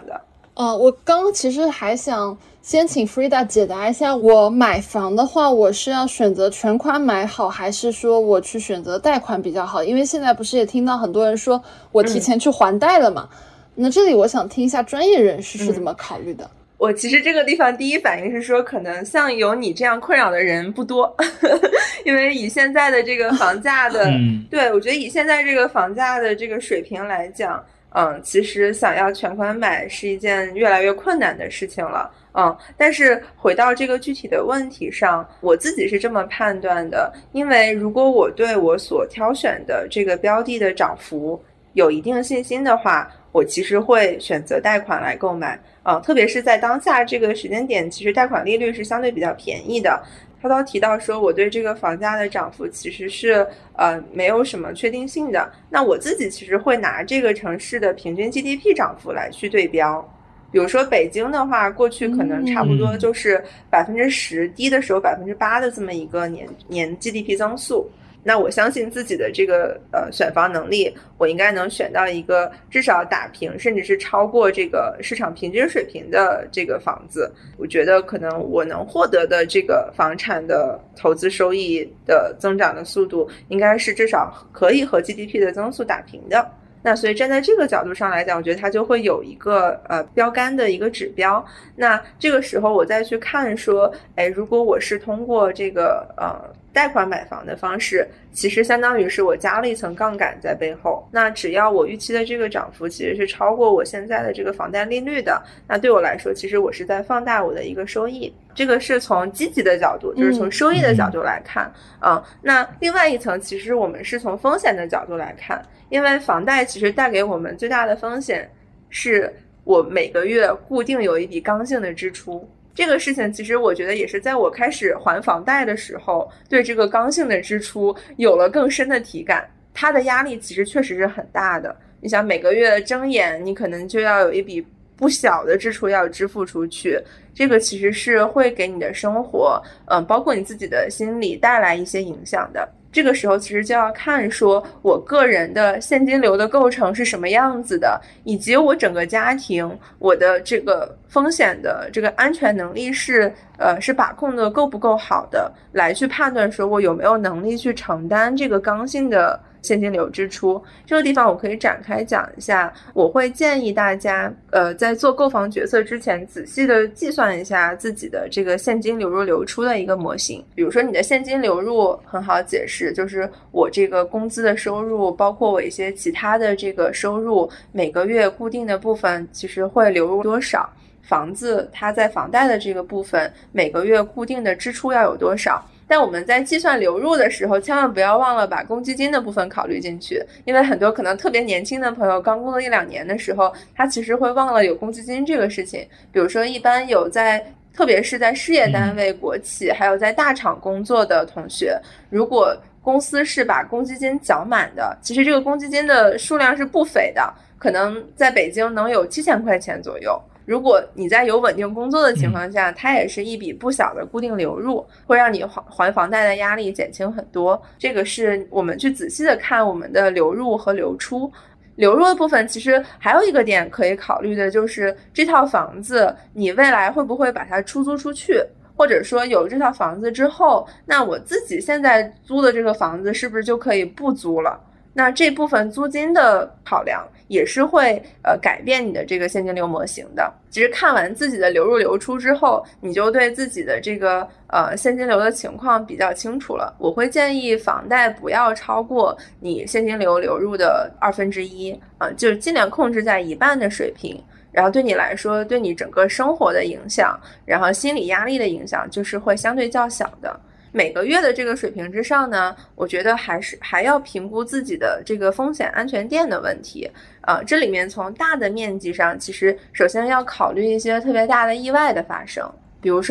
我刚刚其实还想先请 Frida 解答一下，我买房的话，我是要选择全款买好，还是说我去选择贷款比较好？因为现在不是也听到很多人说我提前去还贷了嘛？那这里我想听一下专业人士是怎么考虑的。 我其实这个地方第一反应是说，可能像有你这样困扰的人不多，因为以现在的这个房价的，对，我觉得以现在这个房价的这个水平来讲，其实想要全款买是一件越来越困难的事情了。但是回到这个具体的问题上，我自己是这么判断的，因为如果我对我所挑选的这个标的的涨幅有一定信心的话，我其实会选择贷款来购买。特别是在当下这个时间点，其实贷款利率是相对比较便宜的。涛涛提到说我对这个房价的涨幅其实是没有什么确定性的，那我自己其实会拿这个城市的平均 GDP 涨幅来去对标。比如说北京的话，过去可能差不多就是10%，低的时候8%的这么一个年 GDP 增速。那我相信自己的这个选房能力，我应该能选到一个至少打平甚至是超过这个市场平均水平的这个房子。我觉得可能我能获得的这个房产的投资收益的增长的速度，应该是至少可以和 GDP 的增速打平的。那所以站在这个角度上来讲，我觉得它就会有一个标杆的一个指标。那这个时候我再去看说，如果我是通过这个贷款买房的方式，其实相当于是我加了一层杠杆在背后。那只要我预期的这个涨幅其实是超过我现在的这个房贷利率的，那对我来说，其实我是在放大我的一个收益。这个是从积极的角度，就是从收益的角度来看。那另外一层，其实我们是从风险的角度来看，因为房贷其实带给我们最大的风险是我每个月固定有一笔刚性的支出。这个事情其实我觉得也是在我开始还房贷的时候，对这个刚性的支出有了更深的体感。它的压力其实确实是很大的。你想每个月睁眼，你可能就要有一笔不小的支出要支付出去，这个其实是会给你的生活，包括你自己的心理带来一些影响的。这个时候其实就要看说我个人的现金流的构成是什么样子的，以及我整个家庭我的这个风险的这个安全能力是把控的够不够好的，来去判断说我有没有能力去承担这个刚性的现金流支出。这个地方我可以展开讲一下，我会建议大家在做购房决策之前仔细的计算一下自己的这个现金流入流出的一个模型。比如说你的现金流入很好解释，就是我这个工资的收入，包括我一些其他的这个收入，每个月固定的部分其实会流入多少，房子它在房贷的这个部分每个月固定的支出要有多少。但我们在计算流入的时候，千万不要忘了把公积金的部分考虑进去，因为很多可能特别年轻的朋友刚工作1-2年的时候，他其实会忘了有公积金这个事情。比如说一般有特别是在事业单位、国企还有在大厂工作的同学，如果公司是把公积金缴满的，其实这个公积金的数量是不菲的，可能在北京能有7000块钱左右。如果你在有稳定工作的情况下，它也是一笔不小的固定流入，会让你还房贷的压力减轻很多。这个是我们去仔细的看我们的流入和流出。流入的部分其实还有一个点可以考虑的，就是这套房子你未来会不会把它出租出去，或者说有这套房子之后，那我自己现在租的这个房子是不是就可以不租了。那这部分租金的考量也是会改变你的这个现金流模型的。其实看完自己的流入流出之后，你就对自己的这个现金流的情况比较清楚了。我会建议房贷不要超过你现金流流入的1/2，就是尽量控制在1半的水平。然后对你来说，对你整个生活的影响，然后心理压力的影响就是会相对较小的。每个月的这个水平之上呢，我觉得还要评估自己的这个风险安全垫的问题。这里面从大的面积上，其实首先要考虑一些特别大的意外的发生，比如说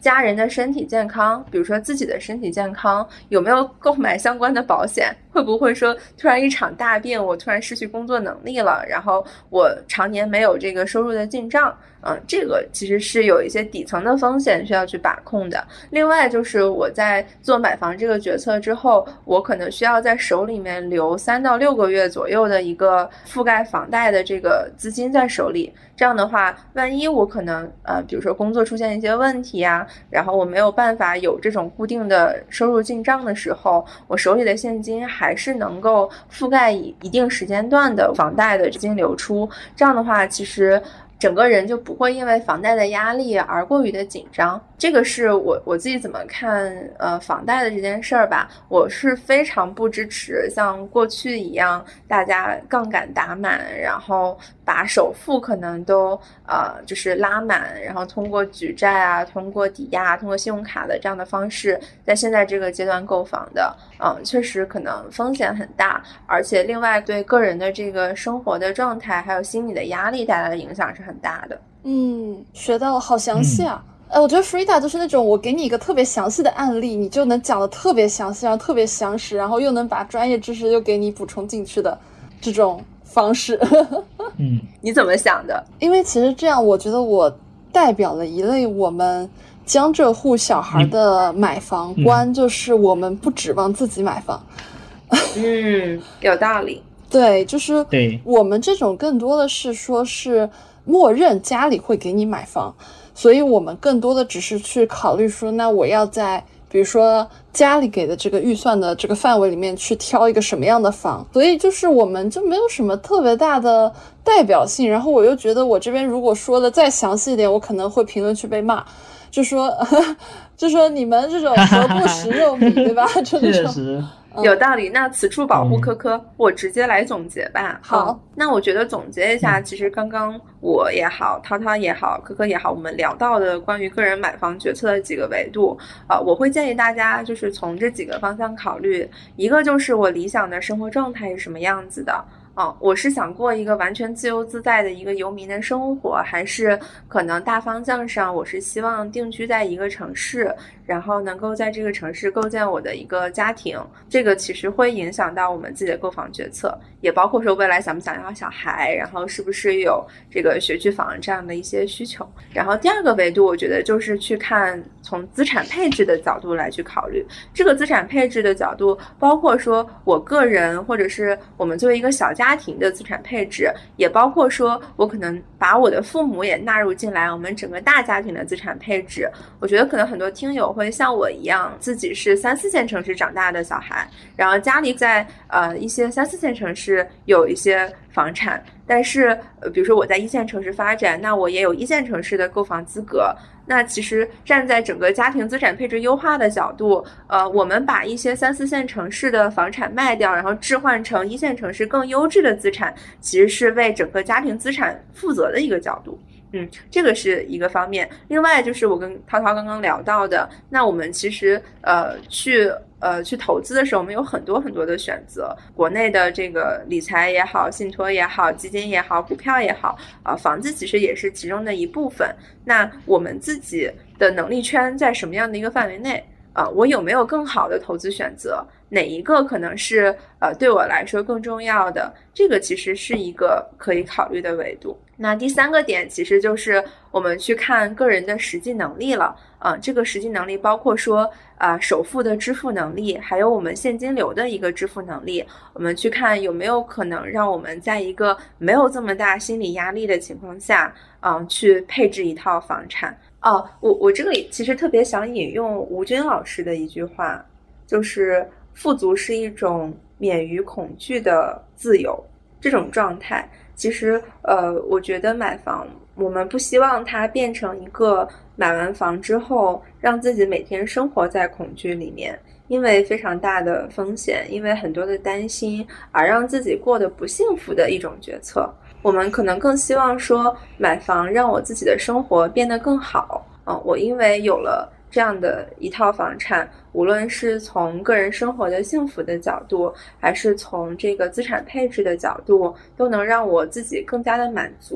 家人的身体健康，比如说自己的身体健康，有没有购买相关的保险，会不会说突然一场大病，我突然失去工作能力了，然后我常年没有这个收入的进账，这个其实是有一些底层的风险需要去把控的。另外就是我在做买房这个决策之后，我可能需要在手里面留3到6个月左右的一个覆盖房贷的这个资金在手里。这样的话，万一我可能比如说工作出现一些问题啊，然后我没有办法有这种固定的收入进账的时候，我手里的现金还是能够覆盖一定时间段的房贷的资金流出。这样的话，其实整个人就不会因为房贷的压力而过于的紧张。这个是我自己怎么看房贷的这件事儿吧。我是非常不支持像过去一样大家杠杆打满，然后把首付可能都就是拉满，然后通过举债啊，通过抵押，通过信用卡的这样的方式在现在这个阶段购房的，确实可能风险很大，而且另外对个人的这个生活的状态还有心理的压力带来的影响是很大的。 学到了，好详细啊。我觉得 Frida 就是那种我给你一个特别详细的案例，你就能讲得特别详细，然后特别详实，然后又能把专业知识又给你补充进去的这种方式。 你怎么想的？ 因为其实这样我觉得我代表了一类我们江浙沪小孩的买房观，就是我们不指望自己买房。 有道理。 对，就是我们这种更多的是说是默认家里会给你买房，所以我们更多的只是去考虑说，那我要在比如说家里给的这个预算的这个范围里面去挑一个什么样的房，所以就是我们就没有什么特别大的代表性。然后我又觉得我这边如果说的再详细一点，我可能会评论区被骂，就说你们这种何不食肉糜，对吧？就这种。 有道理。那此处保护科科，我直接来总结吧。 好， 那我觉得总结一下，其实刚刚我也好，涛涛也好，科科也好，我们聊到的关于个人买房决策的几个维度，我会建议大家就是从这几个方向考虑。一个就是我理想的生活状态是什么样子的。我是想过一个完全自由自在的一个游民的生活，还是可能大方向上我是希望定居在一个城市，然后能够在这个城市构建我的一个家庭。这个其实会影响到我们自己的购房决策，也包括说未来想不想要小孩，然后是不是有这个学区房这样的一些需求。然后第二个维度我觉得就是去看从资产配置的角度来去考虑。这个资产配置的角度包括说我个人或者是我们作为一个小家庭的资产配置，也包括说我可能把我的父母也纳入进来，我们整个大家庭的资产配置。我觉得可能很多听友会像我一样，自己是3、4线城市长大的小孩，然后家里在一些3、4线城市有一些房产，但是比如说我在1线城市发展，那我也有1线城市的购房资格。那其实站在整个家庭资产配置优化的角度，我们把一些3、4线城市的房产卖掉，然后置换成1线城市更优质的资产，其实是为整个家庭资产负责的一个角度。这个是一个方面。另外就是我跟涛涛刚刚聊到的，那我们其实去投资的时候，我们有很多很多的选择，国内的这个理财也好，信托也好，基金也好，股票也好，房子其实也是其中的一部分。那我们自己的能力圈在什么样的一个范围内？我有没有更好的投资选择？哪一个可能是对我来说更重要的？这个其实是一个可以考虑的维度。那第3个点其实就是我们去看个人的实际能力了。这个实际能力包括说首付的支付能力，还有我们现金流的一个支付能力。我们去看有没有可能让我们在一个没有这么大心理压力的情况下，去配置一套房产。我这里其实特别想引用吴军老师的一句话，就是富足是一种免于恐惧的自由。这种状态其实我觉得买房我们不希望它变成一个买完房之后让自己每天生活在恐惧里面，因为非常大的风险，因为很多的担心而让自己过得不幸福的一种决策。我们可能更希望说买房让我自己的生活变得更好。我因为有了这样的一套房产，无论是从个人生活的幸福的角度，还是从这个资产配置的角度，都能让我自己更加的满足。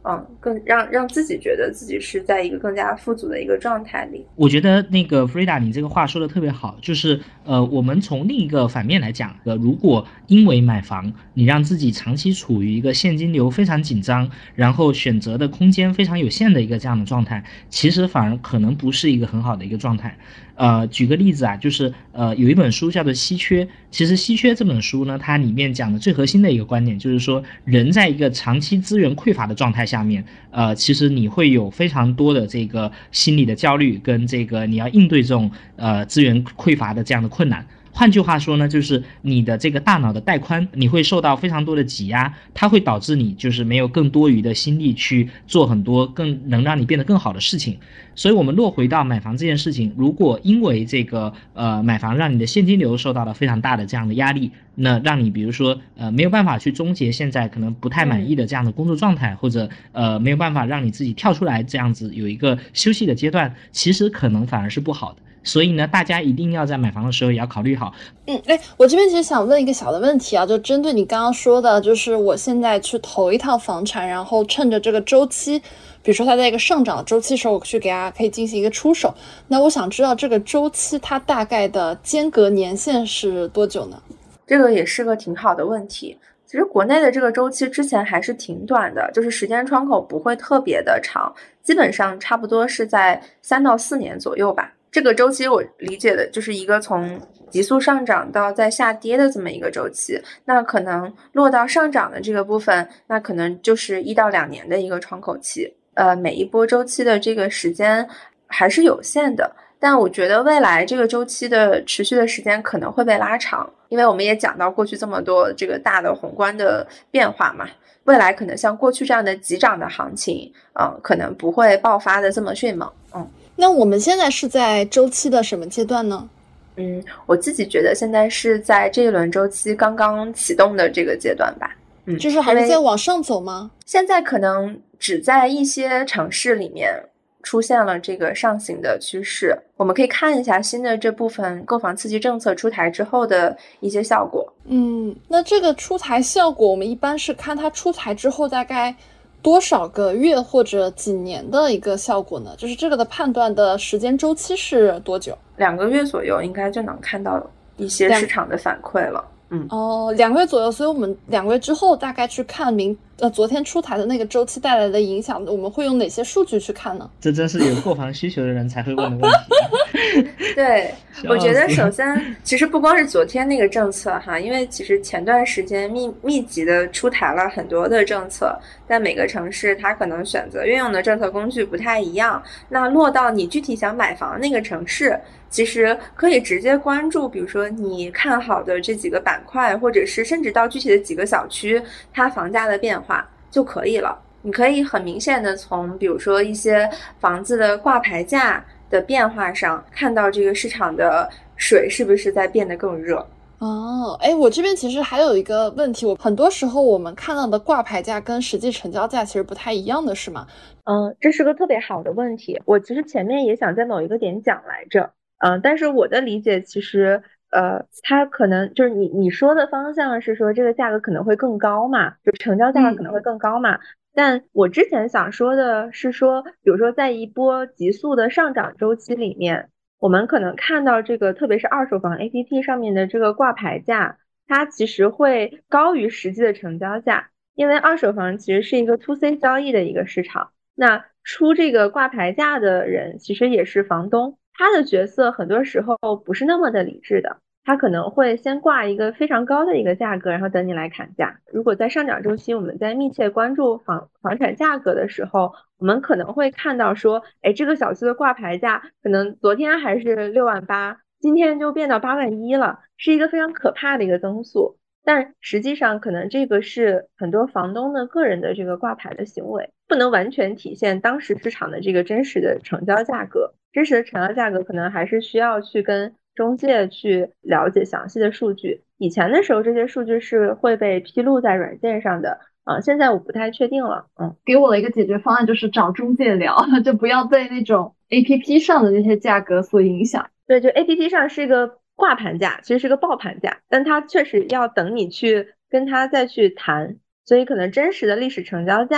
更让自己觉得自己是在一个更加富足的一个状态里。 我觉得那个 Frida 你这个话说的特别好，就是我们从另一个反面来讲，如果因为买房你让自己长期处于一个现金流非常紧张，然后选择的空间非常有限的一个这样的状态，其实反而可能不是一个很好的一个状态。举个例子啊，就是有一本书叫做《稀缺》，其实《稀缺》这本书呢，它里面讲的最核心的一个观点就是说，人在一个长期资源匮乏的状态下面，其实你会有非常多的这个心理的焦虑，跟这个你要应对这种资源匮乏的这样的困难。换句话说呢，就是你的这个大脑的带宽，你会受到非常多的挤压，它会导致你就是没有更多余的心力去做很多更能让你变得更好的事情。所以我们落回到买房这件事情，如果因为这个买房让你的现金流受到了非常大的这样的压力，那让你比如说没有办法去终结现在可能不太满意的这样的工作状态，或者没有办法让你自己跳出来这样子有一个休息的阶段，其实可能反而是不好的。所以呢，大家一定要在买房的时候也要考虑好。 我这边其实想问一个小的问题啊，就针对你刚刚说的，就是我现在去投一套房产，然后趁着这个周期，比如说它在一个上涨的周期的时候，我去给它可以进行一个出手。那我想知道这个周期它大概的间隔年限是多久呢？ 这个也是个挺好的问题。其实国内的这个周期之前还是挺短的，就是时间窗口不会特别的长，基本上差不多是在3到4年左右吧。这个周期我理解的就是一个从急速上涨到再下跌的这么一个周期，那可能落到上涨的这个部分，那可能就是1到2年的一个窗口期。每一波周期的这个时间还是有限的，但我觉得未来这个周期的持续的时间可能会被拉长，因为我们也讲到过去这么多这个大的宏观的变化嘛，未来可能像过去这样的急涨的行情，可能不会爆发的这么迅猛。 那我们现在是在周期的什么阶段呢？ 我自己觉得现在是在这一轮周期刚刚启动的这个阶段吧。 就是还是在往上走吗？ 现在可能只在一些城市里面出现了这个上行的趋势，我们可以看一下新的这部分购房刺激政策出台之后的一些效果。 那这个出台效果，我们一般是看它出台之后大概多少个月或者几年的一个效果呢？就是这个的判断的时间周期是多久 ？2个月左右应该就能看到一些市场的反馈了。 2个月左右，所以我们2个月之后大概去看昨天出台的那个周期带来的影响，我们会用哪些数据去看呢？ 这真是有购房需求的人才会问的问题。 对，我觉得首先其实不光是昨天那个政策哈，因为其实前段时间密集的出台了很多的政策，但每个城市它可能选择运用的政策工具不太一样，那落到你具体想买房那个城市，其实可以直接关注比如说你看好的这几个板块，或者是甚至到具体的几个小区它房价的变化就可以了。你可以很明显的从比如说一些房子的挂牌价的变化上看到这个市场的水是不是在变得更热。 我这边其实还有一个问题，很多时候我们看到的挂牌价跟实际成交价其实不太一样的是吗？ 这是个特别好的问题，我其实前面也想在某一个点讲来着，但是我的理解其实它可能就是你说的方向是说这个价格可能会更高嘛，就成交价格可能会更高嘛，但我之前想说的是说，比如说在一波急速的上涨周期里面，我们可能看到这个特别是二手房 APP 上面的这个挂牌价，它其实会高于实际的成交价，因为二手房其实是一个 to C 交易的一个市场，那出这个挂牌价的人其实也是房东，他的角色很多时候不是那么的理智的，他可能会先挂一个非常高的一个价格，然后等你来砍价。如果在上涨周期我们在密切关注房产价格的时候，我们可能会看到说，这个小区的挂牌价可能昨天还是6万8，今天就变到8万1了，是一个非常可怕的一个增速。但实际上可能这个是很多房东的个人的这个挂牌的行为，不能完全体现当时市场的这个真实的成交价格。真实的成交价格可能还是需要去跟中介去了解详细的数据，以前的时候这些数据是会被披露在软件上的，现在我不太确定了。 给我的一个解决方案就是找中介聊，就不要被那种 APP 上的那些价格所影响。 对，就 APP 上是一个挂盘价，其实是个报盘价，但它确实要等你去跟他再去谈，所以可能真实的历史成交价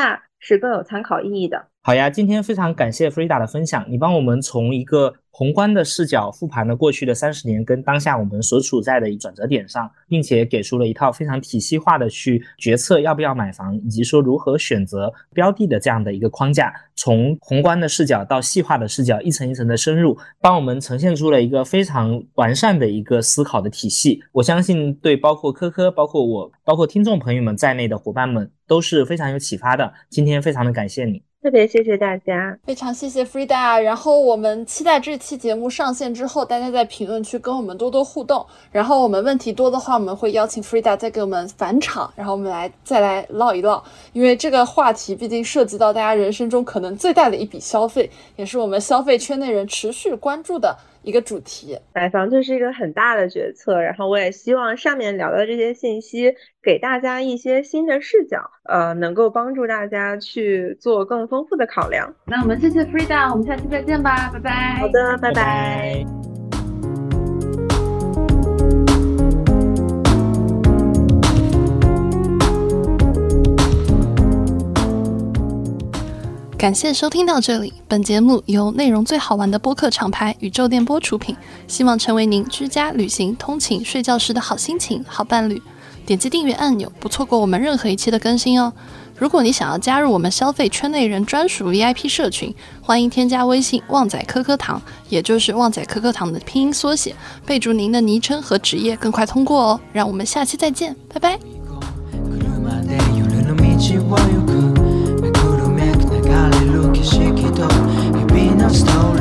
是更有参考意义的。 好呀，今天非常感谢 Frida 的分享，你帮我们从一个宏观的视角复盘了过去的30年跟当下我们所处在的转折点上，并且给出了一套非常体系化的去决策要不要买房，以及说如何选择标的的这样的一个框架，从宏观的视角到细化的视角，一层一层的深入，帮我们呈现出了一个非常完善的一个思考的体系。我相信对包括科科、包括我、包括听众朋友们在内的伙伴们都是非常有启发的。今天非常的感谢你。 特别谢谢大家， 非常谢谢 Frida。 然后我们期待这期节目上线之后，大家在评论区跟我们多多互动，然后我们问题多的话，我们会邀请 Frida 再给我们返场，然后我们再来唠一唠，因为这个话题毕竟涉及到大家人生中可能最大的一笔消费，也是我们消费圈内人持续关注的一个主题。 买房就是一个很大的决策，然后我也希望上面聊的这些信息给大家一些新的视角，能够帮助大家去做更丰富的考量。 那我们谢谢 Frida， 我们下期再见吧，拜拜。 好的，拜拜。 感谢收听到这里，本节目由内容最好玩的播客厂牌宇宙电波出品，希望成为您居家、旅行、通勤、睡觉时的好心情、好伴侣。点击订阅按钮，不错过我们任何一期的更新哦。如果你想要加入我们消费圈内人专属 VIP 社群，欢迎添加微信旺仔科科堂，也就是旺仔科科堂的拼音缩写，备注您的昵称和职业，更快通过哦。让我们下期再见，拜拜。流る景色と日々のストーリー